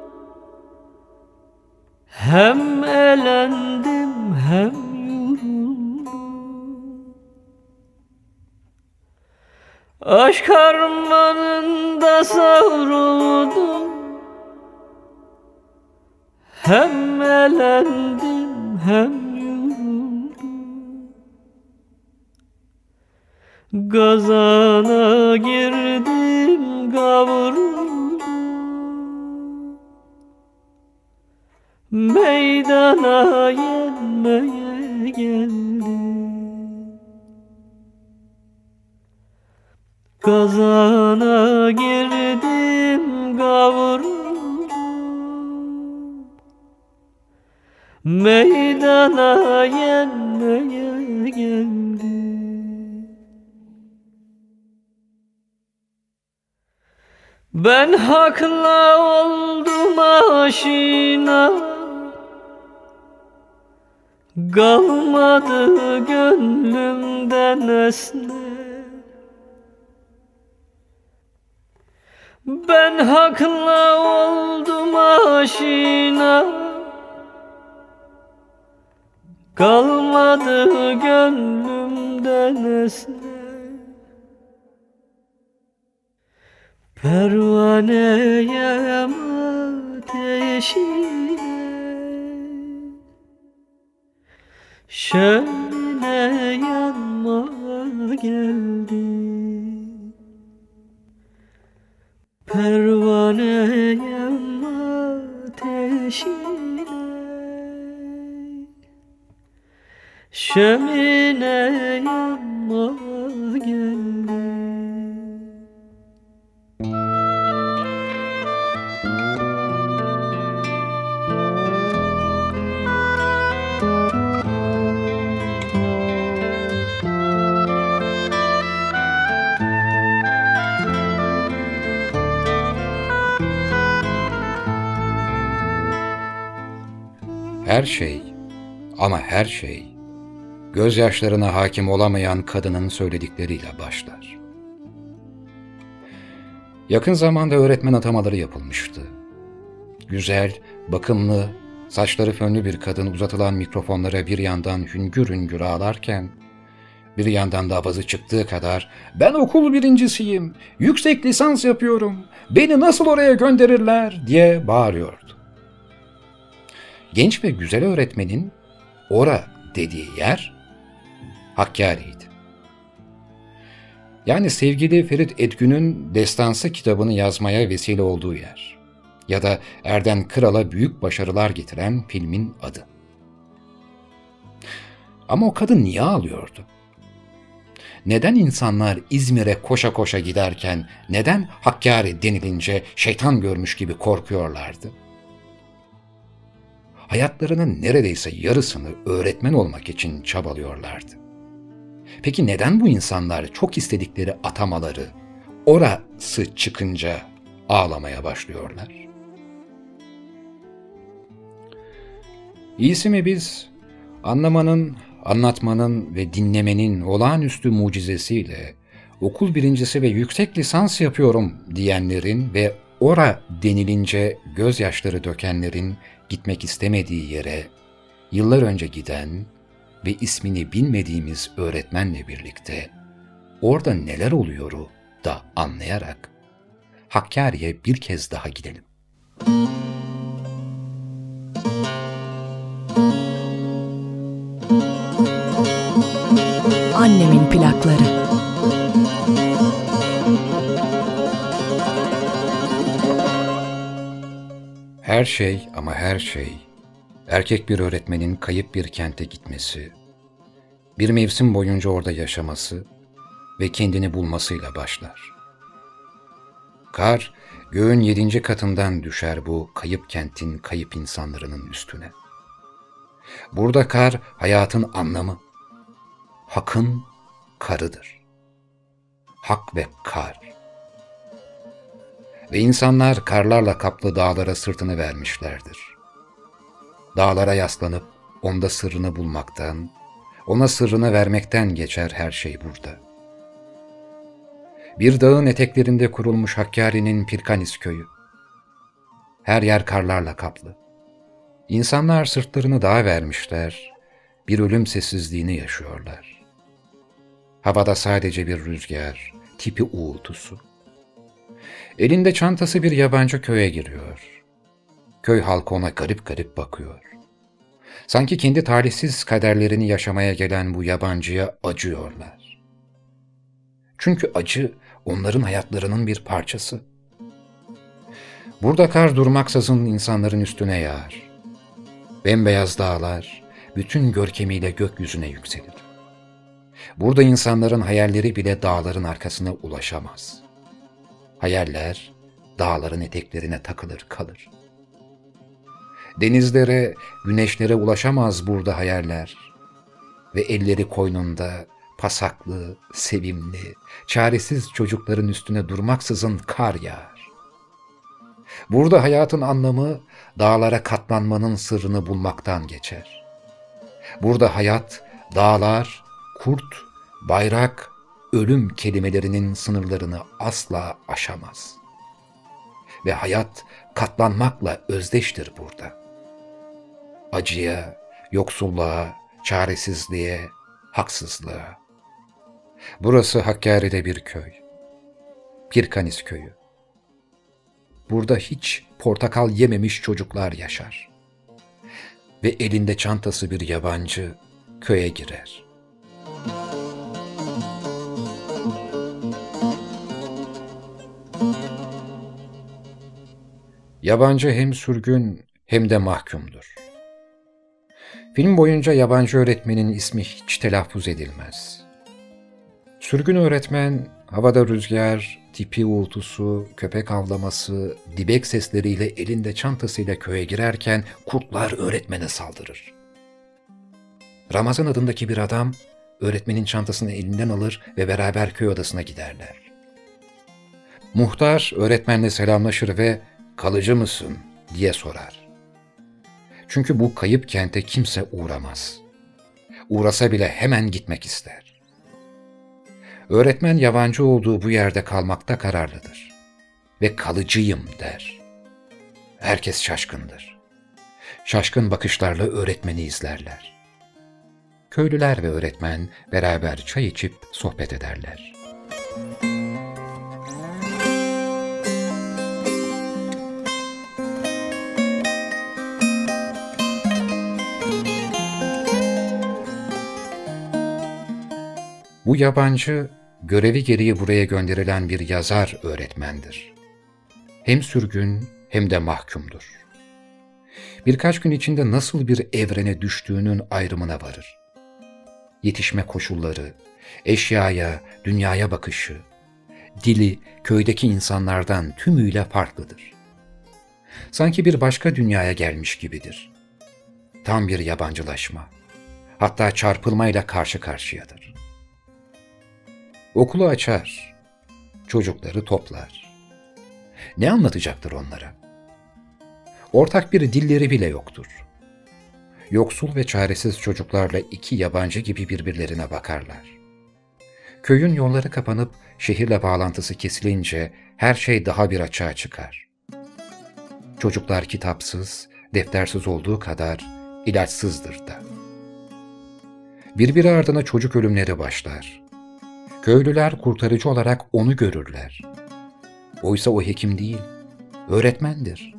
hem elendim hem yoruldum. Aşk harmanında savruldum, hem elendim hem yoruldum. Gazana girdim kavruldum, meydana yenmeye geldim. Kazana girdim kavruldum, meydana yenmeye geldim. Ben hakla oldum aşina, kalmadı gönlümden esne. Ben hakla oldum aşina, kalmadı gönlümden esne. Pervaneyem ateşine, şöyle yanma geldi. Pervaneyem ateşine, şömine yanma geldi. Her şey ama her şey gözyaşlarına hakim olamayan kadının söyledikleriyle başlar. Yakın zamanda öğretmen atamaları yapılmıştı. Güzel, bakımlı, saçları fönlü bir kadın uzatılan mikrofonlara bir yandan hüngür hüngür ağlarken, bir yandan da avazı çıktığı kadar "Ben okul birincisiyim, yüksek lisans yapıyorum, beni nasıl oraya gönderirler?" diye bağırıyordu. Genç ve güzel öğretmenin ora dediği yer Hakkari'ydi. Yani sevgili Ferit Edgün'ün Destansı kitabını yazmaya vesile olduğu yer. Ya da Erden Kral'a büyük başarılar getiren filmin adı. Ama o kadın niye ağlıyordu? Neden insanlar İzmir'e koşa koşa giderken neden Hakkari denilince şeytan görmüş gibi korkuyorlardı? Hayatlarının neredeyse yarısını öğretmen olmak için çabalıyorlardı. Peki neden bu insanlar çok istedikleri atamaları, orası çıkınca ağlamaya başlıyorlar? İyisi mi biz, anlamanın, anlatmanın ve dinlemenin olağanüstü mucizesiyle okul birincisi ve yüksek lisans yapıyorum diyenlerin ve ora denilince gözyaşları dökenlerin gitmek istemediği yere yıllar önce giden ve ismini bilmediğimiz öğretmenle birlikte orada neler oluyoru da anlayarak Hakkari'ye bir kez daha gidelim. Annemin plakları. Her şey ama her şey, erkek bir öğretmenin kayıp bir kente gitmesi, bir mevsim boyunca orada yaşaması ve kendini bulmasıyla başlar. Kar, göğün yedinci katından düşer bu kayıp kentin kayıp insanlarının üstüne. Burada kar, hayatın anlamı, Hak'ın karıdır. Hak ve kar. Ve insanlar karlarla kaplı dağlara sırtını vermişlerdir. Dağlara yaslanıp onda sırrını bulmaktan, ona sırrını vermekten geçer her şey burada. Bir dağın eteklerinde kurulmuş Hakkari'nin Pirkanis köyü. Her yer karlarla kaplı. İnsanlar sırtlarını dağa vermişler, bir ölüm sessizliğini yaşıyorlar. Havada sadece bir rüzgar, tipi uğultusu. Elinde çantası bir yabancı köye giriyor. Köy halkı ona garip garip bakıyor. Sanki kendi talihsiz kaderlerini yaşamaya gelen bu yabancıya acıyorlar. Çünkü acı onların hayatlarının bir parçası. Burada kar durmaksızın insanların üstüne yağar. Bembeyaz dağlar bütün görkemiyle gökyüzüne yükselir. Burada insanların hayalleri bile dağların arkasına ulaşamaz. Hayaller dağların eteklerine takılır kalır. Denizlere, güneşlere ulaşamaz burada hayaller. Ve elleri koynunda pasaklı, sevimli, çaresiz çocukların üstüne durmaksızın kar yağar. Burada hayatın anlamı dağlara katlanmanın sırrını bulmaktan geçer. Burada hayat dağlar, kurt, bayrak, ölüm kelimelerinin sınırlarını asla aşamaz. Ve hayat katlanmakla özdeştir burada. Acıya, yoksulluğa, çaresizliğe, haksızlığa. Burası Hakkari'de bir köy. Pirkanis köyü. Burada hiç portakal yememiş çocuklar yaşar. Ve elinde çantası bir yabancı köye girer. Yabancı hem sürgün hem de mahkumdur. Film boyunca yabancı öğretmenin ismi hiç telaffuz edilmez. Sürgün öğretmen, havada rüzgar, tipi uğultusu, köpek avlaması, dibek sesleriyle elinde çantasıyla köye girerken kurtlar öğretmene saldırır. Ramazan adındaki bir adam, öğretmenin çantasını elinden alır ve beraber köy odasına giderler. Muhtar öğretmenle selamlaşır ve "Kalıcı mısın?" diye sorar. Çünkü bu kayıp kente kimse uğramaz. Uğrasa bile hemen gitmek ister. Öğretmen yabancı olduğu bu yerde kalmakta kararlıdır. Ve kalıcıyım der. Herkes şaşkındır. Şaşkın bakışlarla öğretmeni izlerler. Köylüler ve öğretmen beraber çay içip sohbet ederler. Bu yabancı, görevi gereği buraya gönderilen bir yazar öğretmendir. Hem sürgün hem de mahkumdur. Birkaç gün içinde nasıl bir evrene düştüğünün ayrımına varır. Yetişme koşulları, eşyaya, dünyaya bakışı, dili köydeki insanlardan tümüyle farklıdır. Sanki bir başka dünyaya gelmiş gibidir. Tam bir yabancılaşma, hatta çarpılmayla karşı karşıyadır. Okulu açar, çocukları toplar. Ne anlatacaktır onlara? Ortak bir dilleri bile yoktur. Yoksul ve çaresiz çocuklarla iki yabancı gibi birbirlerine bakarlar. Köyün yolları kapanıp şehirle bağlantısı kesilince her şey daha bir açığa çıkar. Çocuklar kitapsız, deftersiz olduğu kadar ilaçsızdır da. Birbiri ardına çocuk ölümleri başlar. Köylüler kurtarıcı olarak onu görürler. Oysa o hekim değil, öğretmendir.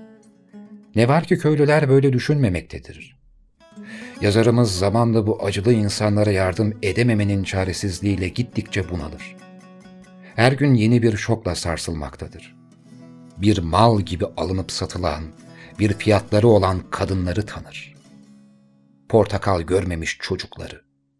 Ne var ki köylüler böyle düşünmemektedir. Yazarımız zamanla bu acılı insanlara yardım edememenin çaresizliğiyle gittikçe bunalır. Her gün yeni bir şokla sarsılmaktadır. Bir mal gibi alınıp satılan, bir fiyatları olan kadınları tanır. Portakal görmemiş çocukları.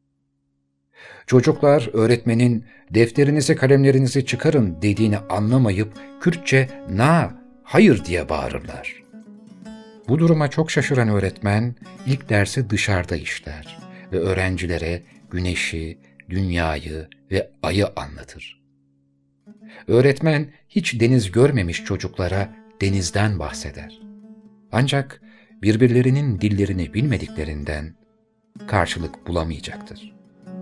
Çocuklar öğretmenin defterinizi kalemlerinizi çıkarın dediğini anlamayıp Kürtçe na, hayır diye bağırırlar. Bu duruma çok şaşıran öğretmen ilk dersi dışarıda işler ve öğrencilere güneşi, dünyayı ve ayı anlatır. Öğretmen hiç deniz görmemiş çocuklara denizden bahseder. Ancak birbirlerinin dillerini bilmediklerinden karşılık bulamayacaktır.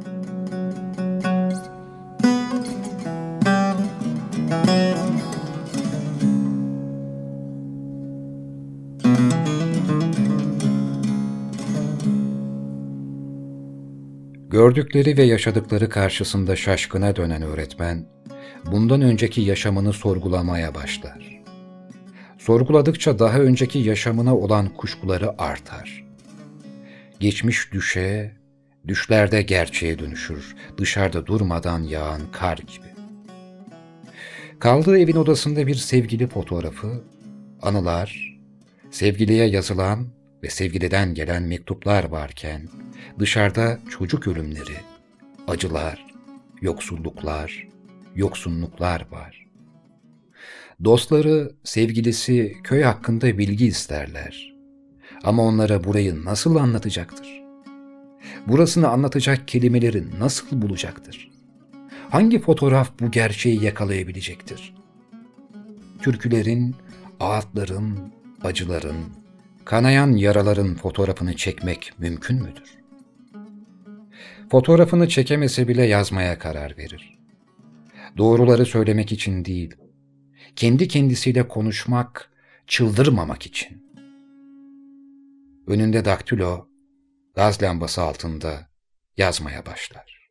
Gördükleri ve yaşadıkları karşısında şaşkına dönen öğretmen, bundan önceki yaşamını sorgulamaya başlar. Sorguladıkça daha önceki yaşamına olan kuşkuları artar. Geçmiş düşe, düşlerde gerçeğe dönüşür, dışarıda durmadan yağan kar gibi. Kaldığı evin odasında bir sevgili fotoğrafı, anılar, sevgiliye yazılan ve sevgiliden gelen mektuplar varken, dışarıda çocuk ölümleri, acılar, yoksulluklar, yoksunluklar var. Dostları, sevgilisi köy hakkında bilgi isterler. Ama onlara burayı nasıl anlatacaktır? Burasını anlatacak kelimeleri nasıl bulacaktır? Hangi fotoğraf bu gerçeği yakalayabilecektir? Türkülerin, ağıtların, acıların, kanayan yaraların fotoğrafını çekmek mümkün müdür? Fotoğrafını çekemese bile yazmaya karar verir. Doğruları söylemek için değil, kendi kendisiyle konuşmak, çıldırmamak için. Önünde daktilo, gaz lambası altında yazmaya başlar.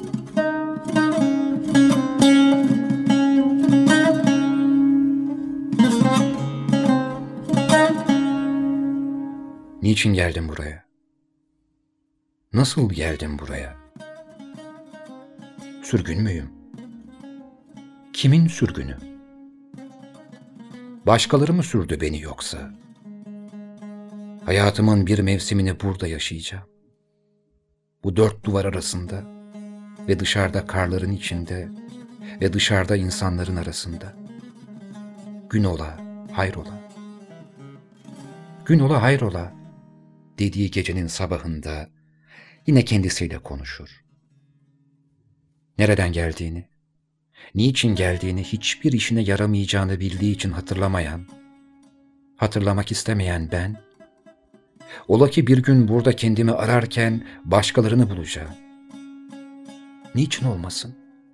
Niçin geldin buraya? Nasıl geldin buraya? Sürgün müyüm? Kimin sürgünü? Başkaları mı sürdü beni yoksa? Hayatımın bir mevsimini burada yaşayacağım. Bu dört duvar arasında ve dışarıda karların içinde ve dışarıda insanların arasında. Gün ola, hayrola. Gün ola, hayrola dediği gecenin sabahında yine kendisiyle konuşur. Nereden geldiğini, niçin geldiğini, hiçbir işine yaramayacağını bildiği için hatırlamayan, hatırlamak istemeyen ben, ola ki bir gün burada kendimi ararken başkalarını bulacağım. Niçin olmasın?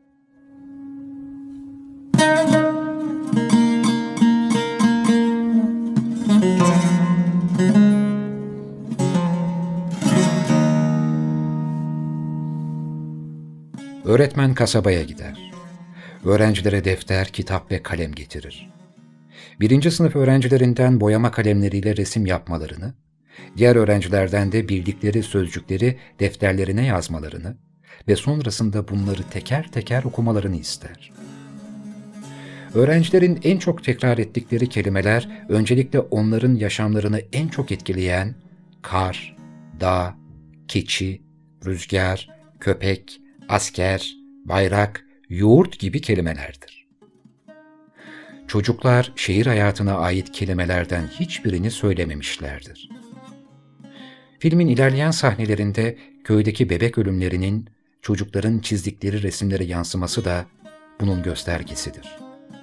Öğretmen kasabaya gider. Öğrencilere defter, kitap ve kalem getirir. Birinci sınıf öğrencilerinden boyama kalemleriyle resim yapmalarını, diğer öğrencilerden de bildikleri sözcükleri defterlerine yazmalarını ve sonrasında bunları teker teker okumalarını ister. Öğrencilerin en çok tekrar ettikleri kelimeler öncelikle onların yaşamlarını en çok etkileyen kar, dağ, keçi, rüzgar, köpek, asker, bayrak, yoğurt gibi kelimelerdir. Çocuklar şehir hayatına ait kelimelerden hiçbirini söylememişlerdir. Filmin ilerleyen sahnelerinde köydeki bebek ölümlerinin çocukların çizdikleri resimlere yansıması da bunun göstergesidir.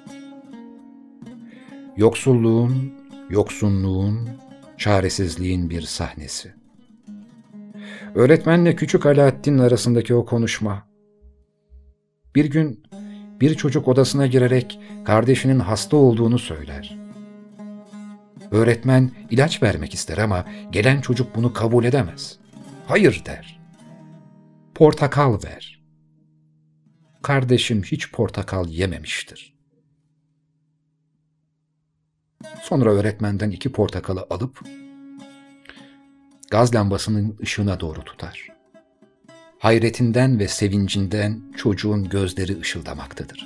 Yoksulluğun, yoksunluğun, çaresizliğin bir sahnesi. Öğretmenle küçük Alaaddin arasındaki o konuşma. Bir gün bir çocuk odasına girerek kardeşinin hasta olduğunu söyler. Öğretmen ilaç vermek ister ama gelen çocuk bunu kabul edemez. Hayır der. Portakal ver. Kardeşim hiç portakal yememiştir. Sonra öğretmenden iki portakalı alıp gaz lambasının ışığına doğru tutar. Hayretinden ve sevincinden çocuğun gözleri ışıldamaktadır.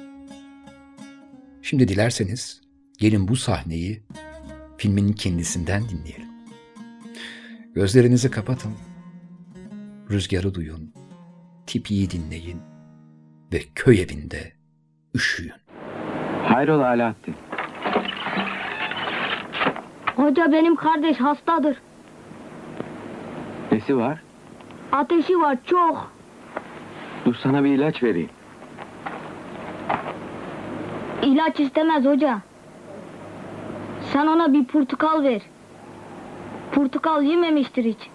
Şimdi dilerseniz gelin bu sahneyi filmin kendisinden dinleyelim. Gözlerinizi kapatın, rüzgarı duyun, tipiyi dinleyin ve köy evinde üşüyün. Hayrola Alaaddin? Hoca benim kardeş hastadır. Nesi var? Ateşi var çok. Dur sana bir ilaç vereyim. İlaç istemez hoca. Sen ona bir portakal ver. Portakal yememiştir hiç.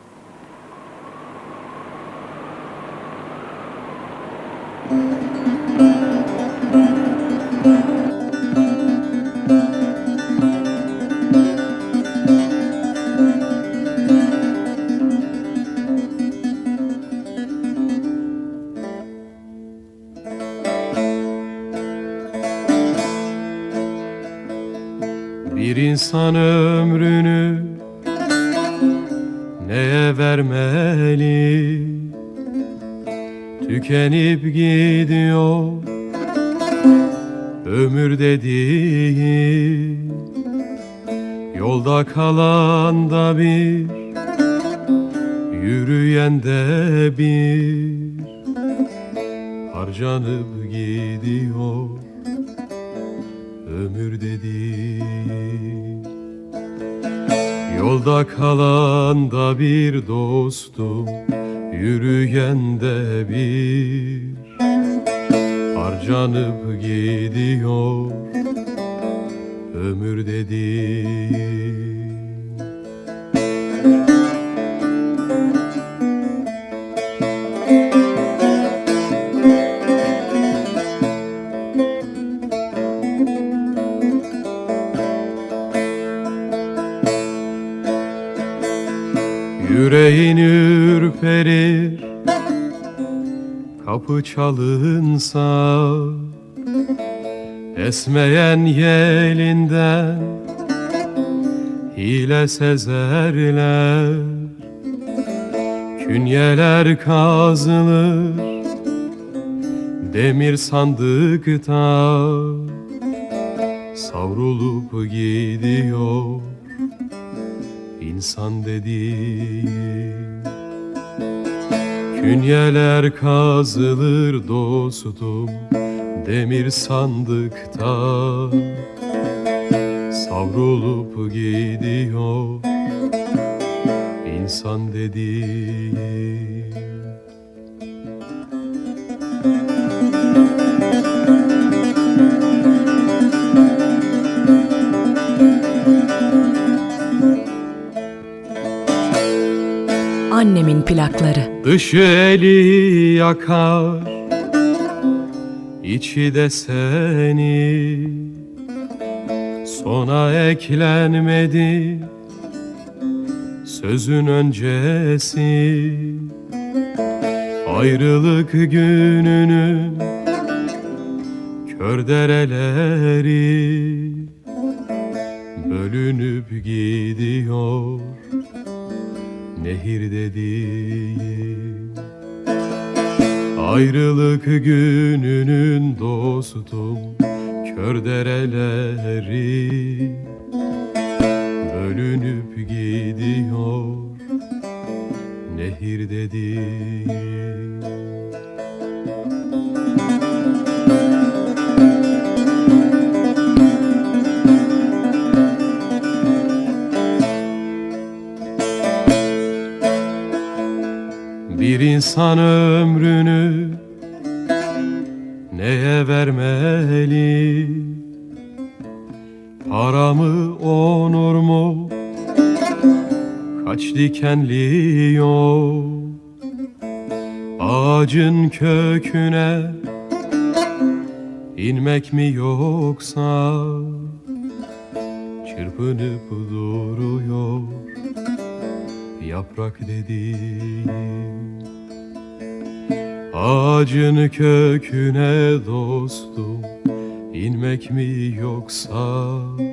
Bir insan ömrünü neye vermeli? Tükenip gidiyor ömür dediği. Yolda kalan da bir, yürüyen de bir. harcanıp gidiyor ömür dediğin. Yolda kalan da bir dostum, yürüyen de bir, harcanıp gidiyor ömür dediğin. Yüreğin ürperir kapı çalınsa, esmeyen yelinden hile sezerler. Künyeler kazılır demir sandıkta, savrulup gidiyor İnsan dediğin. Künyeler kazılır dostum demir sandıkta, savrulup gidiyor insan dediğin. Annemin plakları. Dışı eli yakar, içi de seni, sona eklenmedi sözün öncesi. Ayrılık gününün kör dereleri bölünüp gidiyor nehir dediğin. Ayrılık gününün dostum kör dereleri bölünüp gidiyor nehir dediğin. Bir insan ömrünü neye vermeli? Para mı, onur mu, kaç dikenli yol? Ağacın köküne inmek mi yoksa çırpınıp duruyor yaprak dediğin. Ağacın köküne dostum inmek mi yoksa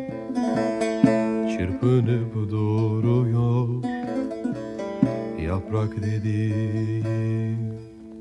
çırpınıp duruyor yaprak dediğin.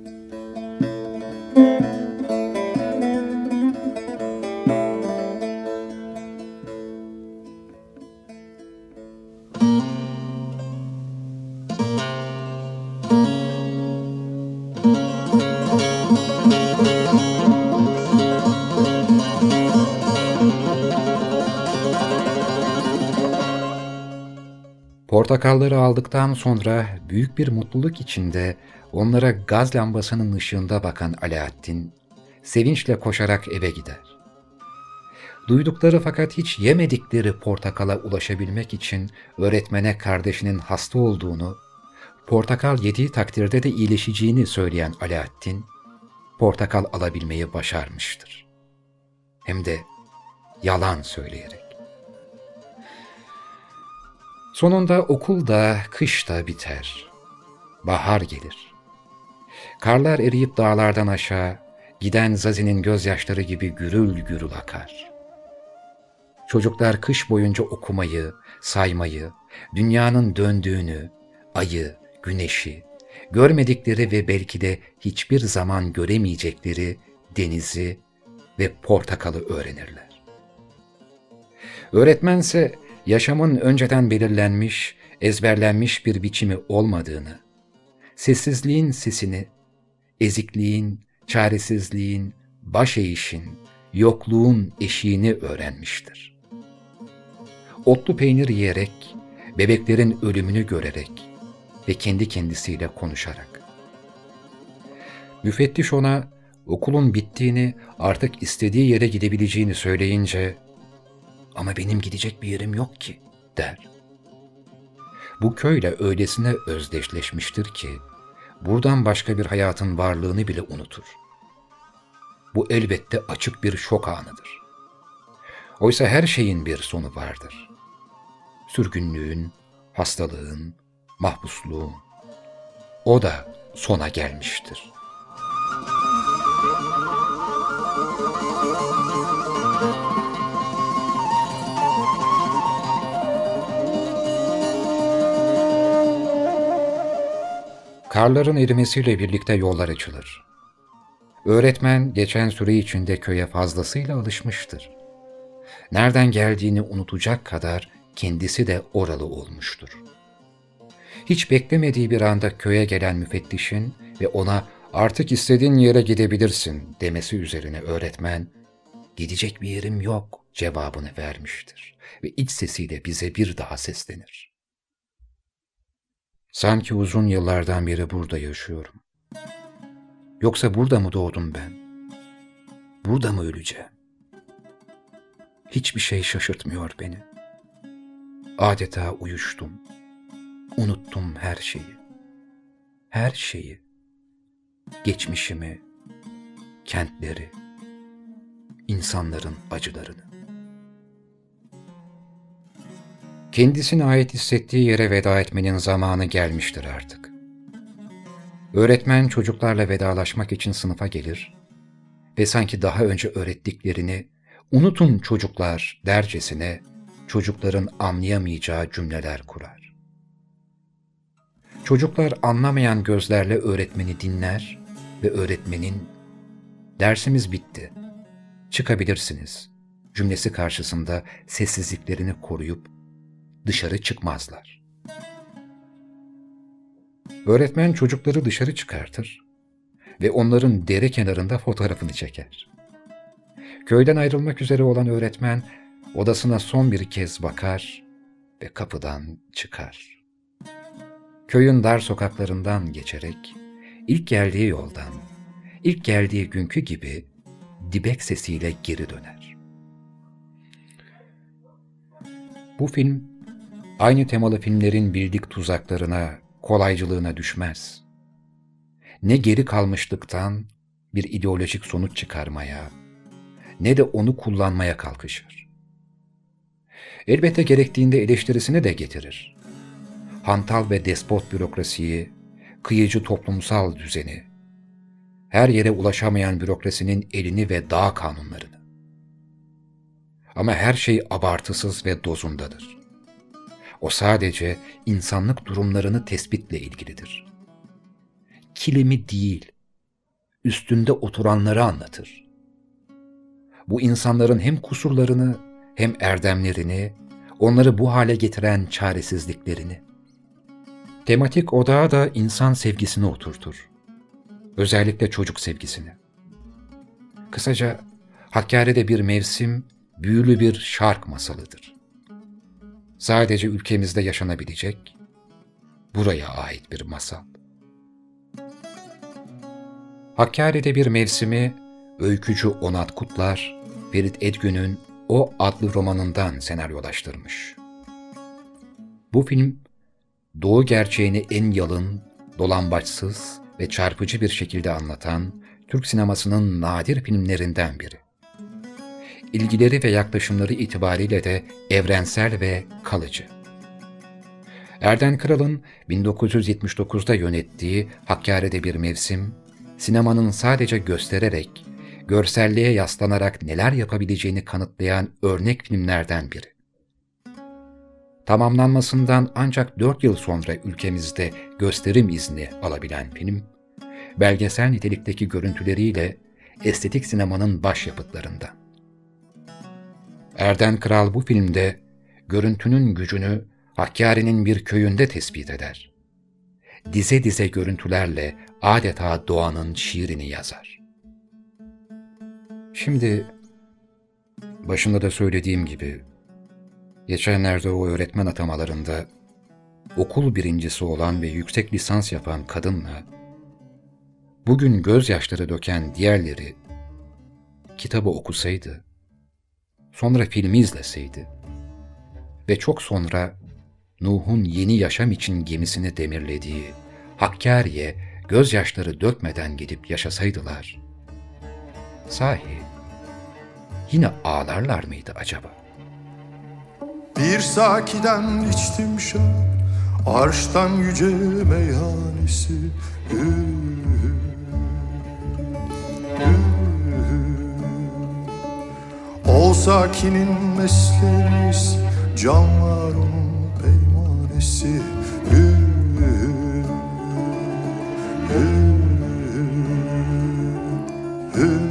Portakalları aldıktan sonra büyük bir mutluluk içinde onlara gaz lambasının ışığında bakan Alaaddin, sevinçle koşarak eve gider. Duydukları fakat hiç yemedikleri portakala ulaşabilmek için öğretmene kardeşinin hasta olduğunu, portakal yediği takdirde de iyileşeceğini söyleyen Alaaddin, portakal alabilmeyi başarmıştır. Hem de yalan söyleyerek. Sonunda okul da, kış da biter. Bahar gelir. Karlar eriyip dağlardan aşağı, giden Zazi'nin gözyaşları gibi gürül gürül akar. Çocuklar kış boyunca okumayı, saymayı, dünyanın döndüğünü, ayı, güneşi, görmedikleri ve belki de hiçbir zaman göremeyecekleri denizi ve portakalı öğrenirler. Öğretmense yaşamın önceden belirlenmiş, ezberlenmiş bir biçimi olmadığını, sessizliğin sesini, ezikliğin çaresizliğin, baş eğişin, yokluğun eşiğini öğrenmiştir. Otlu peynir yiyerek, bebeklerin ölümünü görerek ve kendi kendisiyle konuşarak. Müfettiş ona okulun bittiğini, artık istediği yere gidebileceğini söyleyince, "Ama benim gidecek bir yerim yok ki," der. Bu köyle öylesine özdeşleşmiştir ki, buradan başka bir hayatın varlığını bile unutur. Bu elbette açık bir şok anıdır. Oysa her şeyin bir sonu vardır. Sürgünlüğün, hastalığın, mahpusluğun. O da sona gelmiştir. Karların erimesiyle birlikte yollar açılır. Öğretmen geçen süre içinde köye fazlasıyla alışmıştır. Nereden geldiğini unutacak kadar kendisi de oralı olmuştur. Hiç beklemediği bir anda köye gelen müfettişin ve ona "Artık istediğin yere gidebilirsin" demesi üzerine öğretmen, "Gidecek bir yerim yok" cevabını vermiştir ve iç sesiyle bize bir daha seslenir. Sanki uzun yıllardan beri burada yaşıyorum. Yoksa burada mı doğdum ben? Burada mı öleceğim? Hiçbir şey şaşırtmıyor beni. Adeta uyuştum. Unuttum her şeyi. Her şeyi. Geçmişimi, kentleri, insanların acılarını. Kendisine ait hissettiği yere veda etmenin zamanı gelmiştir artık. Öğretmen çocuklarla vedalaşmak için sınıfa gelir ve sanki daha önce öğrettiklerini "Unutun çocuklar" dercesine çocukların anlayamayacağı cümleler kurar. Çocuklar anlamayan gözlerle öğretmeni dinler ve öğretmenin "Dersimiz bitti, çıkabilirsiniz" cümlesi karşısında sessizliklerini koruyup dışarı çıkmazlar. Öğretmen çocukları dışarı çıkartır ve onların dere kenarında fotoğrafını çeker. Köyden ayrılmak üzere olan öğretmen odasına son bir kez bakar ve kapıdan çıkar. Köyün dar sokaklarından geçerek ilk geldiği yoldan, ilk geldiği günkü gibi dibek sesiyle geri döner. Bu film aynı temalı filmlerin bildik tuzaklarına, kolaycılığına düşmez. Ne geri kalmışlıktan bir ideolojik sonuç çıkarmaya, ne de onu kullanmaya kalkışır. Elbette gerektiğinde eleştirisini de getirir. Hantal ve despot bürokrasiyi, kıyıcı toplumsal düzeni, her yere ulaşamayan bürokrasinin elini ve dağ kanunlarını. Ama her şey abartısız ve dozundadır. O sadece insanlık durumlarını tespitle ilgilidir. Kilimi değil, üstünde oturanları anlatır. Bu insanların hem kusurlarını hem erdemlerini, onları bu hale getiren çaresizliklerini. Tematik odağa da insan sevgisini oturtur. Özellikle çocuk sevgisini. Kısaca Hakkari'de bir mevsim, büyülü bir şark masalıdır. Sadece ülkemizde yaşanabilecek, buraya ait bir masal. Hakkari'de bir mevsimi öykücü Onat Kutlar, Ferit Edgün'ün O adlı romanından senaryolaştırmış. Bu film, Doğu gerçeğini en yalın, dolambaçsız ve çarpıcı bir şekilde anlatan Türk sinemasının nadir filmlerinden biri. İlgileri ve yaklaşımları itibariyle de evrensel ve kalıcı. Erden Kral'ın bin dokuz yüz yetmiş dokuzda yönettiği Hakkari'de bir mevsim, sinemanın sadece göstererek, görselliğe yaslanarak neler yapabileceğini kanıtlayan örnek filmlerden biri. Tamamlanmasından ancak dört yıl sonra ülkemizde gösterim izni alabilen film, belgesel nitelikteki görüntüleriyle estetik sinemanın başyapıtlarından. Erden Kral bu filmde görüntünün gücünü Hakkari'nin bir köyünde tespit eder. Dize dize görüntülerle adeta doğanın şiirini yazar. Şimdi başında da söylediğim gibi geçenlerde o öğretmen atamalarında okul birincisi olan ve yüksek lisans yapan kadınla bugün gözyaşları döken diğerleri kitabı okusaydı, sonra filmi izleseydi ve çok sonra Nuh'un yeni yaşam için gemisini demirlediği Hakkari'ye gözyaşları dökmeden gidip yaşasaydılar, sahi yine ağlarlar mıydı acaba? Bir sakiden içtim şah, arştan yüce meyhanesi. Hü, hü, hü. Ol sakinin mesleğimiz, can var onun peymanesi. Hü, hü, hü, hü.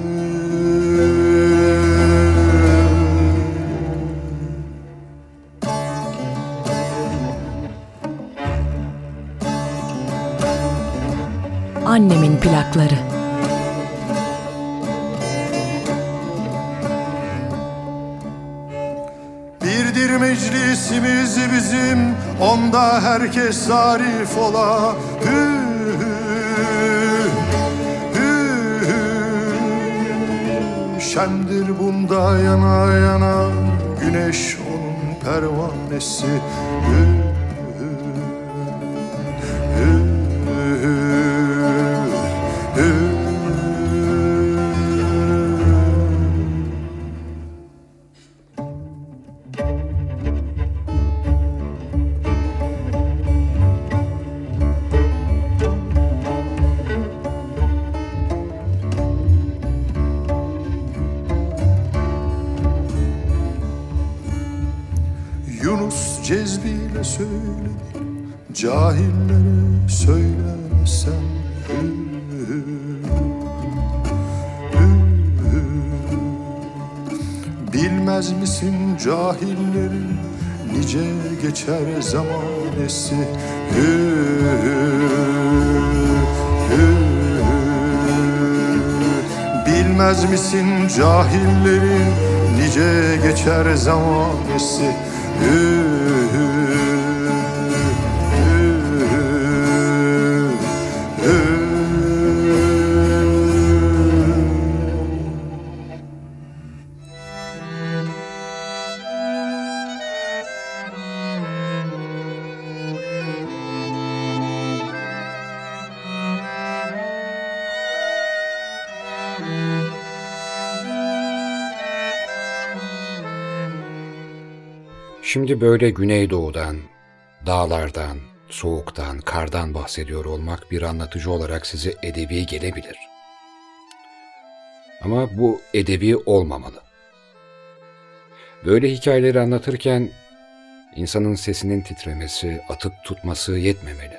Annemin plakları. Birdir meclisimiz bizim, onda herkes zarif ola. Hü, hü, hü, hü. Şemdir bunda yana yana, güneş onun pervanesi. Hü, hü, hü, hü, hü. Yunus cezbiyle söyledi, cahillere söylemesen. Hü, hü, hü, hü. Bilmez misin cahillerin nice geçer zamanesi. Hü, hü, hü. Bilmez misin cahillerin nice geçer zamanesi. Hü, hü, hü, hü. Şimdi böyle Güneydoğu'dan, dağlardan, soğuktan, kardan bahsediyor olmak bir anlatıcı olarak size edebi gelebilir. Ama bu edebi olmamalı. Böyle hikayeleri anlatırken insanın sesinin titremesi, atıp tutması yetmemeli.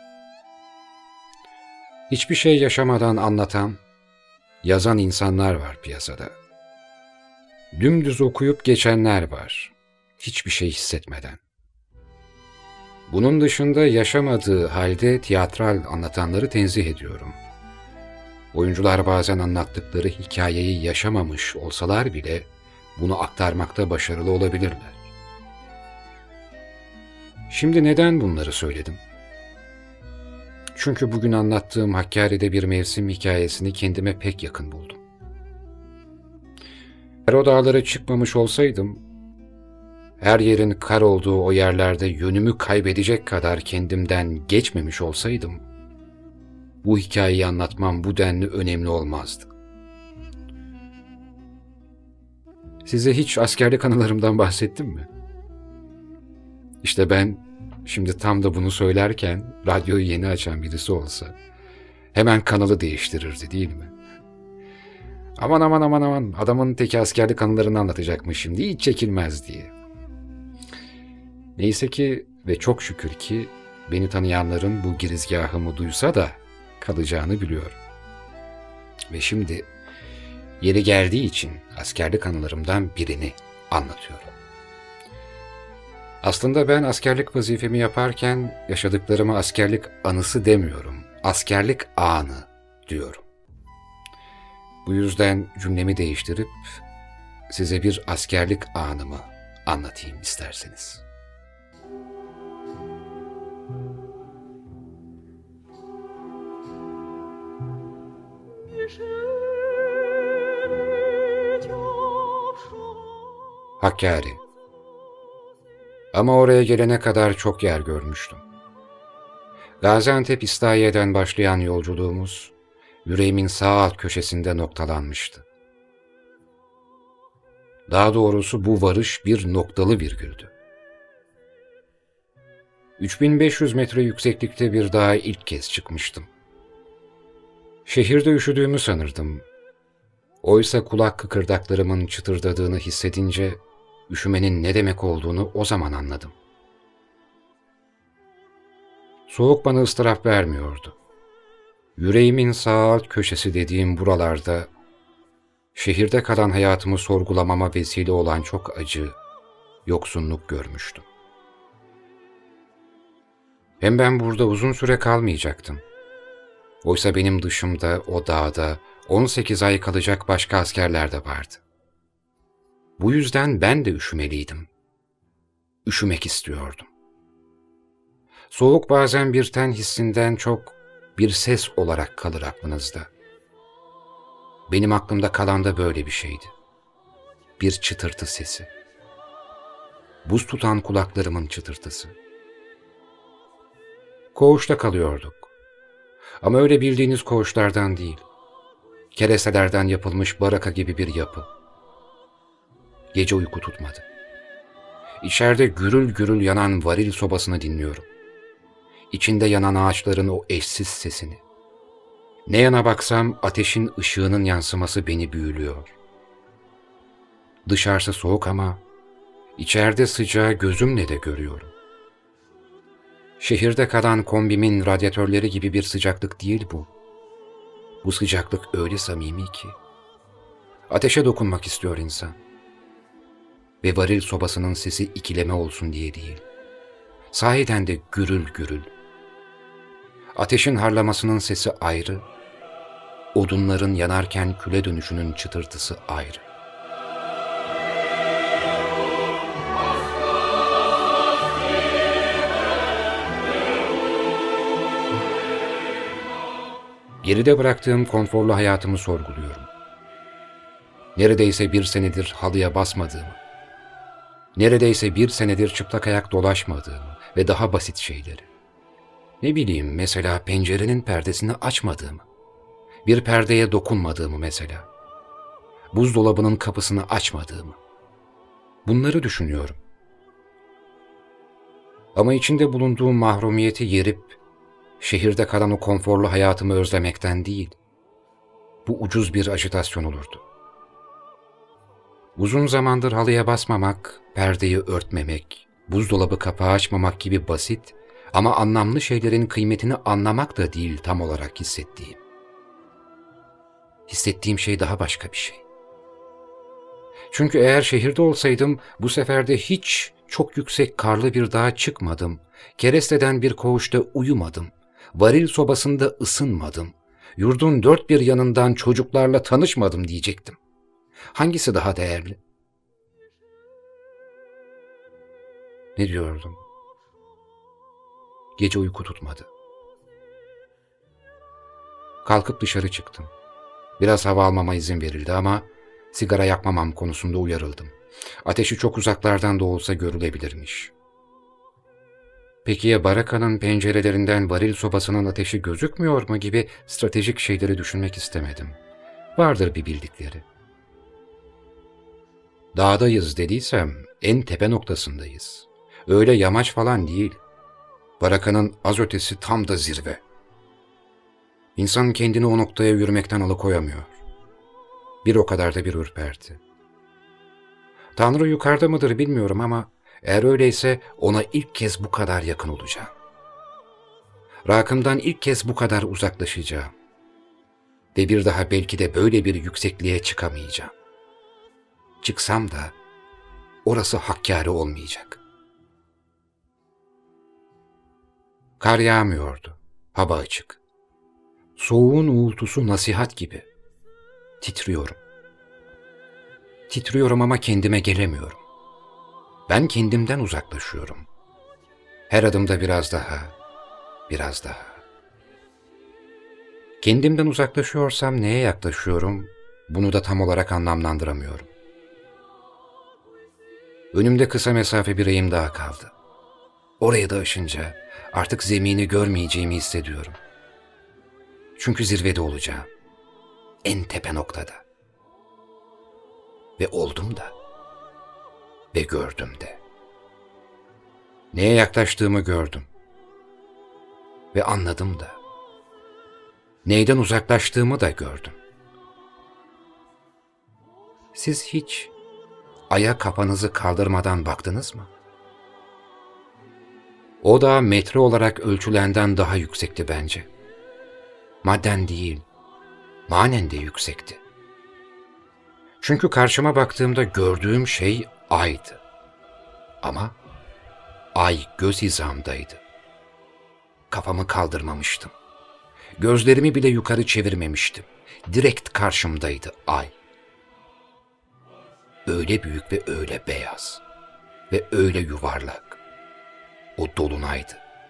Hiçbir şey yaşamadan anlatan, yazan insanlar var piyasada. Dümdüz okuyup geçenler var, hiçbir şey hissetmeden. Bunun dışında yaşamadığı halde tiyatral anlatanları tenzih ediyorum. Oyuncular bazen anlattıkları hikayeyi yaşamamış olsalar bile bunu aktarmakta başarılı olabilirler. Şimdi neden bunları söyledim? Çünkü bugün anlattığım Hakkari'de bir mevsim hikayesini kendime pek yakın buldum. Eğer o dağlara çıkmamış olsaydım, her yerin kar olduğu o yerlerde yönümü kaybedecek kadar kendimden geçmemiş olsaydım, bu hikayeyi anlatmam bu denli önemli olmazdı. Size hiç askerlik anılarımdan bahsettim mi? İşte ben şimdi tam da bunu söylerken radyoyu yeni açan birisi olsa hemen kanalı değiştirirdi, değil mi? Aman aman aman aman, adamın teki askerlik anılarını anlatacakmış şimdi, hiç çekilmez diye. Neyse ki ve çok şükür ki beni tanıyanların bu girizgahımı duysa da kalacağını biliyorum. Ve şimdi yeri geldiği için askerlik anılarımdan birini anlatıyorum. Aslında ben askerlik vazifemi yaparken yaşadıklarıma askerlik anısı demiyorum, askerlik anı diyorum. Bu yüzden cümlemi değiştirip size bir askerlik anımı anlatayım isterseniz. Hakkari. Ama oraya gelene kadar çok yer görmüştüm. Gaziantep İslahiye'den başlayan yolculuğumuz, yüreğimin sağ alt köşesinde noktalanmıştı. Daha doğrusu bu varış bir noktalı virgüldü. üç bin beş yüz metre yükseklikte bir dağa ilk kez çıkmıştım. Şehirde üşüdüğümü sanırdım. Oysa kulak kıkırdaklarımın çıtırdadığını hissedince üşümenin ne demek olduğunu o zaman anladım. Soğuk bana ıstırap vermiyordu. Yüreğimin sağ alt köşesi dediğim buralarda şehirde kalan hayatımı sorgulamama vesile olan çok acı, yoksunluk görmüştüm. Hem ben burada uzun süre kalmayacaktım. Oysa benim dışımda o dağda on sekiz ay kalacak başka askerler de vardı. Bu yüzden ben de üşümeliydim. Üşümek istiyordum. Soğuk bazen bir ten hissinden çok bir ses olarak kalır aklınızda. Benim aklımda kalan da böyle bir şeydi. Bir çıtırtı sesi. Buz tutan kulaklarımın çıtırtısı. Koğuşta kalıyorduk. Ama öyle bildiğiniz koğuşlardan değil. Kerestelerden yapılmış baraka gibi bir yapı. Gece uyku tutmadı. İçeride gürül gürül yanan varil sobasını dinliyorum. İçinde yanan ağaçların o eşsiz sesini. Ne yana baksam ateşin ışığının yansıması beni büyülüyor. Dışarısı soğuk ama içeride sıcağı gözümle de görüyorum. Şehirde kalan kombimin radyatörleri gibi bir sıcaklık değil bu. Bu sıcaklık öyle samimi ki. Ateşe dokunmak istiyor insan. Ve varil sobasının sesi ikileme olsun diye değil. Sahiden de gürül gürül. Ateşin harlamasının sesi ayrı, odunların yanarken küle dönüşünün çıtırtısı ayrı. Geride bıraktığım konforlu hayatımı sorguluyorum. Neredeyse bir senedir halıya basmadığımı, neredeyse bir senedir çıplak ayak dolaşmadığımı ve daha basit şeyleri. Ne bileyim, mesela pencerenin perdesini açmadığımı, bir perdeye dokunmadığımı mesela, buzdolabının kapısını açmadığımı. Bunları düşünüyorum. Ama içinde bulunduğum mahrumiyeti yerip, şehirde kalan o konforlu hayatımı özlemekten değil, bu ucuz bir ajitasyon olurdu. Uzun zamandır halıya basmamak, perdeyi örtmemek, buzdolabı kapağı açmamak gibi basit ama anlamlı şeylerin kıymetini anlamak da değil tam olarak hissettiğim. Hissettiğim şey daha başka bir şey. Çünkü eğer şehirde olsaydım bu sefer de hiç çok yüksek karlı bir dağa çıkmadım, keresteden bir koğuşta uyumadım, varil sobasında ısınmadım, yurdun dört bir yanından çocuklarla tanışmadım diyecektim. Hangisi daha değerli? Ne diyordum? Gece uyku tutmadı. Kalkıp dışarı çıktım. Biraz hava almama izin verildi ama sigara yakmamam konusunda uyarıldım. Ateşi çok uzaklardan da olsa görülebilirmiş. Peki ya barakanın pencerelerinden varil sobasının ateşi gözükmüyor mu gibi stratejik şeyleri düşünmek istemedim. Vardır bir bildikleri. Dağdayız dediysem en tepe noktasındayız. Öyle yamaç falan değil. Barakanın az ötesi tam da zirve. İnsan kendini o noktaya yürümekten alıkoyamıyor. Bir o kadar da bir ürperti. Tanrı yukarıda mıdır bilmiyorum ama eğer öyleyse ona ilk kez bu kadar yakın olacağım. Rakımdan ilk kez bu kadar uzaklaşacağım. Ve bir daha belki de böyle bir yüksekliğe çıkamayacağım. Çıksam da orası Hakkari olmayacak. Kar yağmıyordu, hava açık. Soğuğun uğultusu nasihat gibi. Titriyorum. Titriyorum ama kendime gelemiyorum. Ben kendimden uzaklaşıyorum. Her adımda biraz daha, biraz daha. Kendimden uzaklaşıyorsam neye yaklaşıyorum, bunu da tam olarak anlamlandıramıyorum. Önümde kısa mesafe bir eğim daha kaldı. Oraya da aşınca artık zemini görmeyeceğimi hissediyorum. Çünkü zirvede olacağım. En tepe noktada. Ve oldum da. Ve gördüm de. Neye yaklaştığımı gördüm. Ve anladım da. Neyden uzaklaştığımı da gördüm. Siz hiç aya kafanızı kaldırmadan baktınız mı? O da metre olarak ölçülenden daha yüksekti bence. Madden değil, manen de yüksekti. Çünkü karşıma baktığımda gördüğüm şey aydı. Ama ay göz hizamdaydı. Kafamı kaldırmamıştım. Gözlerimi bile yukarı çevirmemiştim. Direkt karşımdaydı ay. Öyle büyük ve öyle beyaz ve öyle yuvarlak. O dolunaydı.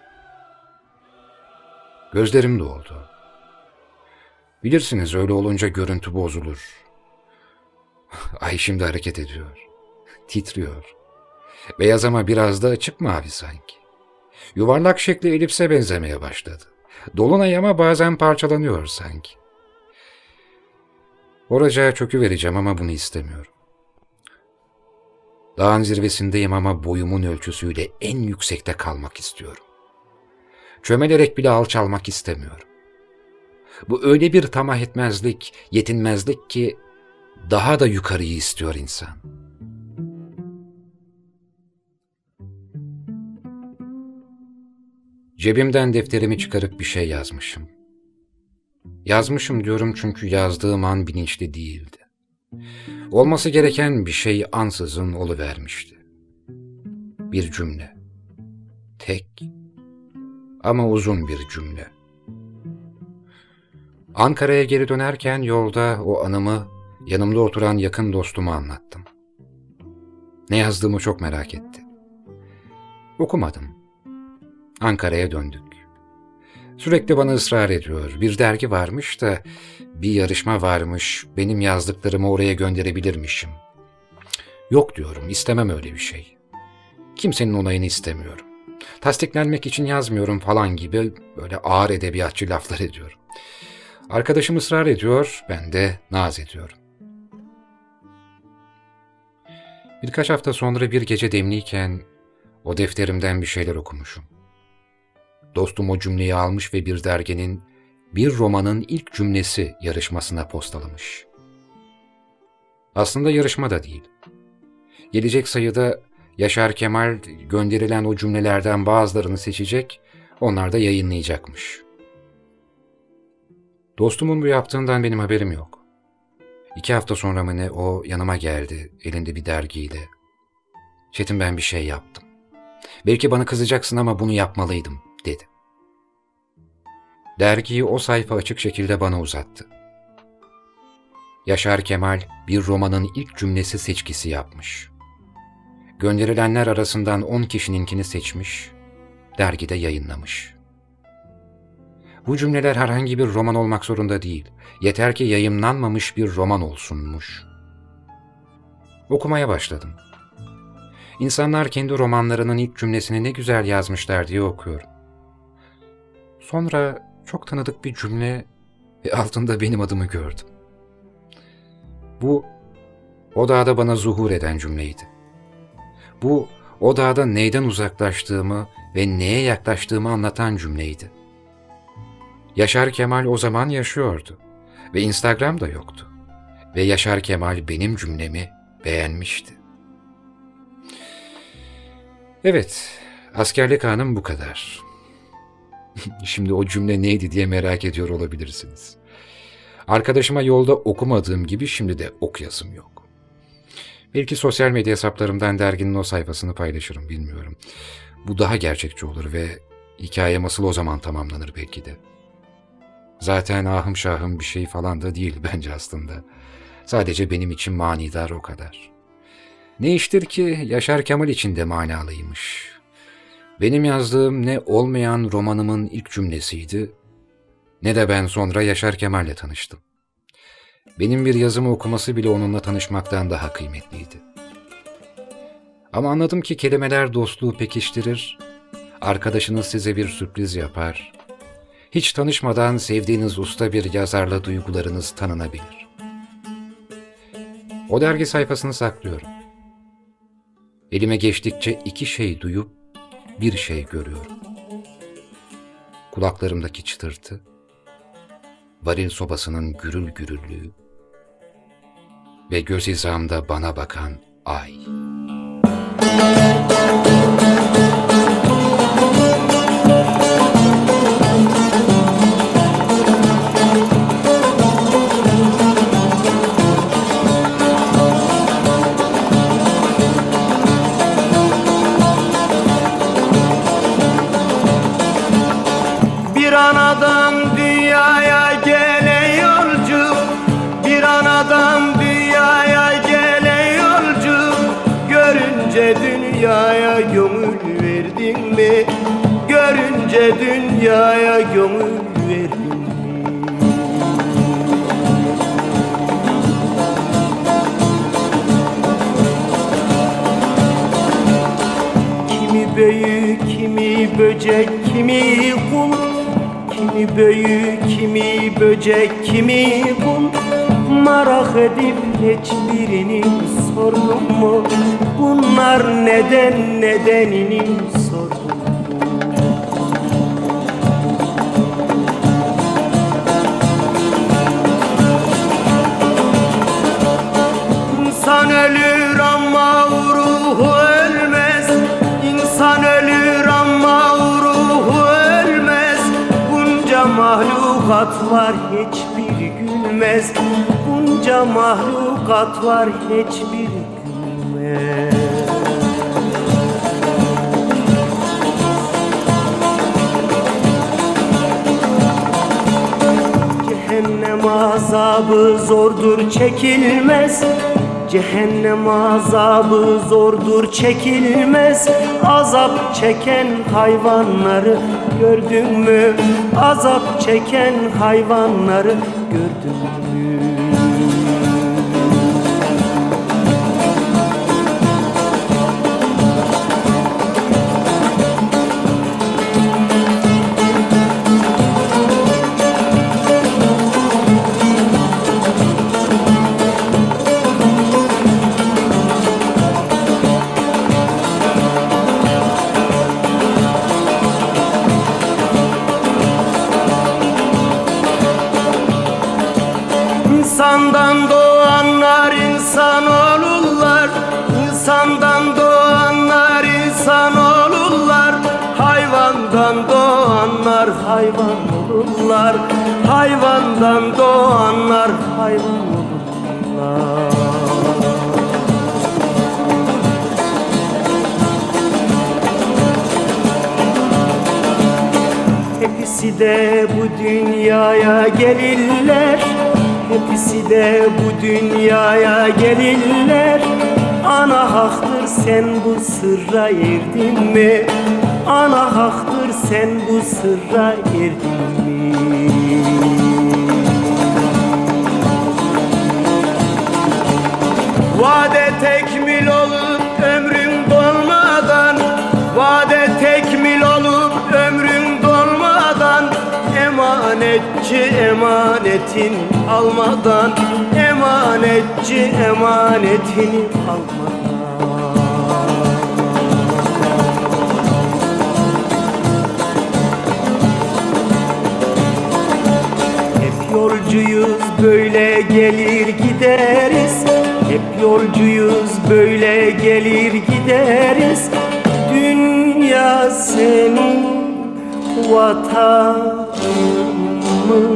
Gözlerim doldu. Bilirsiniz öyle olunca görüntü bozulur. Ay şimdi hareket ediyor. Titriyor. Beyaz ama biraz da açık mavi sanki. Yuvarlak şekli elipse benzemeye başladı. Dolunay ama bazen parçalanıyor sanki. Oracağa çöküvereceğim ama bunu istemiyorum. Dağın zirvesindeyim ama boyumun ölçüsüyle en yüksekte kalmak istiyorum. Çömelerek bile alçalmak istemiyorum. Bu öyle bir tamah etmezlik, yetinmezlik ki daha da yukarıyı istiyor insan. Cebimden defterimi çıkarıp bir şey yazmışım. Yazmışım diyorum çünkü yazdığım an bilinçli değildi. Olması gereken bir şey ansızın oluvermişti. Bir cümle. Tek ama uzun bir cümle. Ankara'ya geri dönerken yolda o anımı yanımda oturan yakın dostuma anlattım. Ne yazdığımı çok merak etti. Okumadım. Ankara'ya döndük. Sürekli bana ısrar ediyor. Bir dergi varmış da bir yarışma varmış. Benim yazdıklarımı oraya gönderebilirmişim. Yok diyorum, istemem öyle bir şey. Kimsenin onayını istemiyorum. Tasdiklenmek için yazmıyorum falan gibi böyle ağır edebiyatçı laflar ediyorum. Arkadaşım ısrar ediyor, ben de naz ediyorum. Birkaç hafta sonra bir gece demliyken o defterimden bir şeyler okumuşum. Dostum o cümleyi almış ve bir derginin bir romanın ilk cümlesi yarışmasına postalamış. Aslında yarışma da değil. Gelecek sayıda Yaşar Kemal gönderilen o cümlelerden bazılarını seçecek, onlar da yayınlayacakmış. Dostumun bu yaptığından benim haberim yok. İki hafta sonra mı ne o yanıma geldi elinde bir dergiyle. Çetin ben bir şey yaptım. Belki bana kızacaksın ama bunu yapmalıydım dedi. Dergiyi o sayfa açık şekilde bana uzattı. Yaşar Kemal bir romanın ilk cümlesi seçkisi yapmış. Gönderilenler arasından on kişininkini seçmiş, dergide yayınlamış. Bu cümleler herhangi bir roman olmak zorunda değil, yeter ki yayımlanmamış bir roman olsunmuş. Okumaya başladım. İnsanlar kendi romanlarının ilk cümlesini ne güzel yazmışlar diye okuyorum. Sonra çok tanıdık bir cümle ve altında benim adımı gördüm. Bu, o dağda bana zuhur eden cümleydi. Bu, o dağda neyden uzaklaştığımı ve neye yaklaştığımı anlatan cümleydi. Yaşar Kemal o zaman yaşıyordu ve Instagram da yoktu. Ve Yaşar Kemal benim cümlemi beğenmişti. Evet, askerlik anım bu kadar. Şimdi o cümle neydi diye merak ediyor olabilirsiniz. Arkadaşıma yolda okumadığım gibi şimdi de okuyasım yok. Belki sosyal medya hesaplarımdan derginin o sayfasını paylaşırım, bilmiyorum. Bu daha gerçekçi olur ve hikayem asıl o zaman tamamlanır belki de. Zaten ahım şahım bir şey falan da değil bence aslında. Sadece benim için manidar o kadar. Ne iştir ki Yaşar Kemal için de manalıymış. Benim yazdığım ne olmayan romanımın ilk cümlesiydi, ne de ben sonra Yaşar Kemal'le tanıştım. Benim bir yazımı okuması bile onunla tanışmaktan daha kıymetliydi. Ama anladım ki kelimeler dostluğu pekiştirir, arkadaşınız size bir sürpriz yapar, hiç tanışmadan sevdiğiniz usta bir yazarla duygularınız tanınabilir. O dergi sayfasını saklıyorum. Elime geçtikçe iki şey duyup bir şey görüyorum. Kulaklarımdaki çıtırtı, varil sobasının gürül gürüllüğü ve göz hizamda bana bakan ay. Bir anadan dünyaya gelen yolcu, bir anadan dünyaya gelen yolcu, görünce dünyaya gönül verdin mi? Görünce dünyaya gönül verdin mi? Kimi büyük, kimi böcek, kimi kul, kimi büyük, kimi böcek, kimi kul, merak edip hiçbirini sordum mu? Bunlar neden, nedenini sordum mu? İnsan ölür ama ruhu ölmez. İnsan ölür ama ruhu ölmez. Bunca mahlukat var hiçbiri gülmez. Bunca mahlukat var hiçbiri gülmez. Cehennem azabı zordur çekilmez. Cehennem azabı zordur çekilmez. Azap çeken hayvanları gördün mü? Azap çeken hayvanları gördün mü? İnsandan doğanlar insan olurlar. İnsandan doğanlar insan olurlar. Hayvandan doğanlar hayvan olurlar. Hayvandan doğanlar hayvan olurlar. Hepsi de bu dünyaya gelirler. Hepsi de bu dünyaya gelirler. Ana haktır sen bu sırra erdin mi? Ana haktır sen bu sırra erdin mi? Vade tekmil olup ömrün dolmadan, vade tekmil olup ömrün dolmadan, emanetçi emanetin almadan, emanetçi emanetini almadan. Hep yolcuyuz böyle gelir gideriz. Hep yolcuyuz böyle gelir gideriz. Dünya senin vatanın mı?